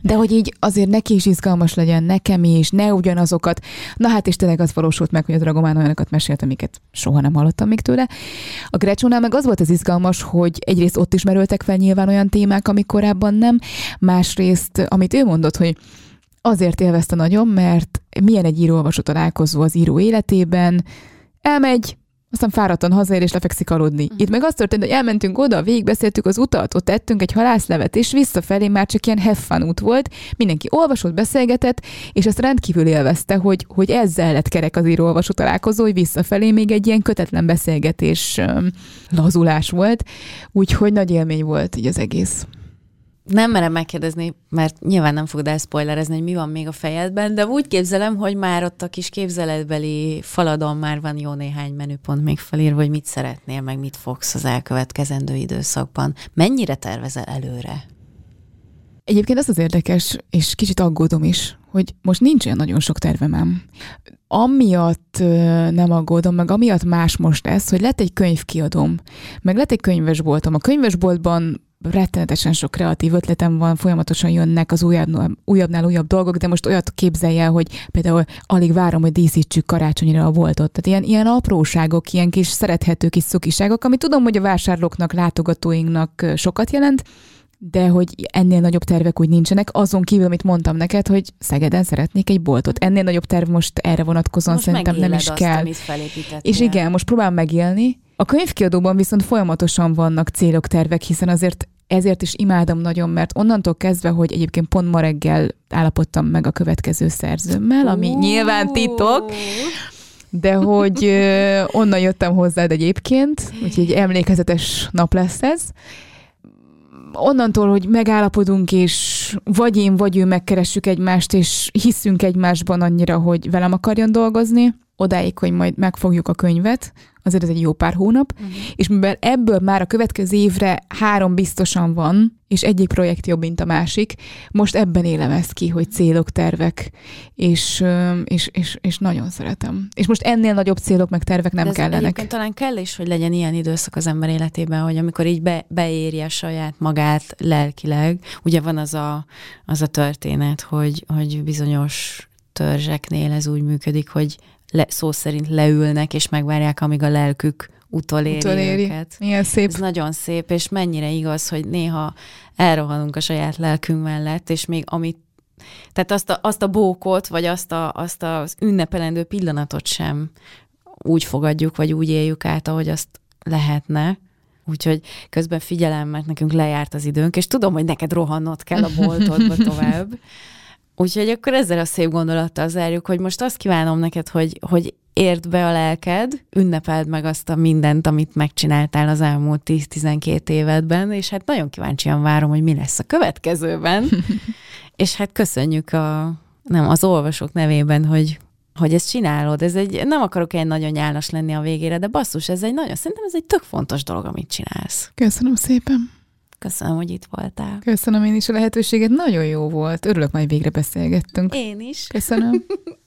De hogy így azért neki is izgalmas legyen, nekem is, ne ugyanazokat. Na hát és tényleg az valósult meg, hogy a Dragomán olyanokat mesélt, amiket soha nem hallottam még tőle. A Grecsónál meg az volt az izgalmas, hogy egyrészt ott is merültek fel nyilván olyan témák, amik korábban nem. Másrészt, amit ő mondott, hogy azért élvezte nagyon, mert milyen egy író-olvasó találkozó az író életében, elmegy, aztán fáradtan hazaér és lefekszik aludni. Itt meg az történt, hogy elmentünk oda, végigbeszéltük az utat, ott ettünk egy halászlevet, és visszafelé már csak ilyen have fun út volt. Mindenki olvasott, beszélgetett, és azt rendkívül élvezte, hogy ezzel lett kerek az író-olvasó találkozó, hogy visszafelé még egy ilyen kötetlen beszélgetés, lazulás volt. Úgyhogy nagy élmény volt így az egész. Nem merem megkérdezni, mert nyilván nem fogod elspoilerezni, hogy mi van még a fejedben, de úgy képzelem, hogy már ott a kis képzeletbeli faladon már van jó néhány menüpont még felírva, hogy mit szeretnél, meg mit fogsz az elkövetkezendő időszakban. Mennyire tervezel előre? Egyébként az érdekes, és kicsit aggódom is, hogy most nincs olyan nagyon sok tervem ám. Amiatt nem aggódom, meg amiatt más most ez, hogy lett egy könyvkiadóm, meg lett egy könyvesboltom. A könyvesboltban rettenetesen sok kreatív ötletem van, folyamatosan jönnek az újabbnál újabb dolgok, de most olyat képzelj el, hogy például alig várom, hogy díszítsük karácsonyra a boltot. Tehát ilyen apróságok, ilyen kis szerethető kis cukiságok, ami tudom, hogy a vásárlóknak, látogatóinknak sokat jelent, de hogy ennél nagyobb tervek úgy nincsenek, azon kívül, amit mondtam neked, hogy Szegeden szeretnék egy boltot. Ennél nagyobb terv most erre vonatkozóan most szerintem nem is kell. És igen, most próbálom megélni. A könyvkiadóban viszont folyamatosan vannak célok, tervek, hiszen ezért is imádom nagyon, mert onnantól kezdve, hogy egyébként pont ma reggel állapodtam meg a következő szerzőmmel, ami nyilván titok, de hogy onnan jöttem hozzád egyébként, úgyhogy egy emlékezetes nap lesz ez. Onnantól, hogy megállapodunk, és vagy én, vagy ő megkeressük egymást, és hiszünk egymásban annyira, hogy velem akarjon dolgozni, odáig, hogy majd megfogjuk a könyvet, azért ez egy jó pár hónap, és mivel ebből már a következő évre 3 biztosan van, és egyik projekt jobb, mint a másik, most ebben élem ezt ki, hogy célok, tervek, és nagyon szeretem. És most ennél nagyobb célok, meg tervek nem kellenek. Egyébként talán kell is, hogy legyen ilyen időszak az ember életében, hogy amikor így beérje saját magát lelkileg, ugye van az a történet, hogy bizonyos törzseknél ez úgy működik, hogy szó szerint leülnek, és megvárják, amíg a lelkük utoléri őket. Milyen szép. Ez nagyon szép, és mennyire igaz, hogy néha elrohanunk a saját lelkünk mellett, és még tehát azt a bókot, vagy azt az ünnepelendő pillanatot sem úgy fogadjuk, vagy úgy éljük át, ahogy azt lehetne. Úgyhogy közben figyelem, mert nekünk lejárt az időnk, és tudom, hogy neked rohannod kell a boltodba tovább. Úgyhogy akkor ezzel a szép gondolattal zárjuk, hogy most azt kívánom neked, hogy érd be a lelked, ünnepeld meg azt a mindent, amit megcsináltál az elmúlt 10-12 évedben, és hát nagyon kíváncsian várom, hogy mi lesz a következőben. És hát köszönjük az olvasók nevében, hogy ezt csinálod. Nem akarok egy nagyon nyálas lenni a végére, de basszus, szerintem ez egy tök fontos dolog, amit csinálsz. Köszönöm szépen. Köszönöm, hogy itt voltál. Köszönöm én is a lehetőséget, nagyon jó volt. Örülök, majd végre beszélgettünk. Én is. Köszönöm.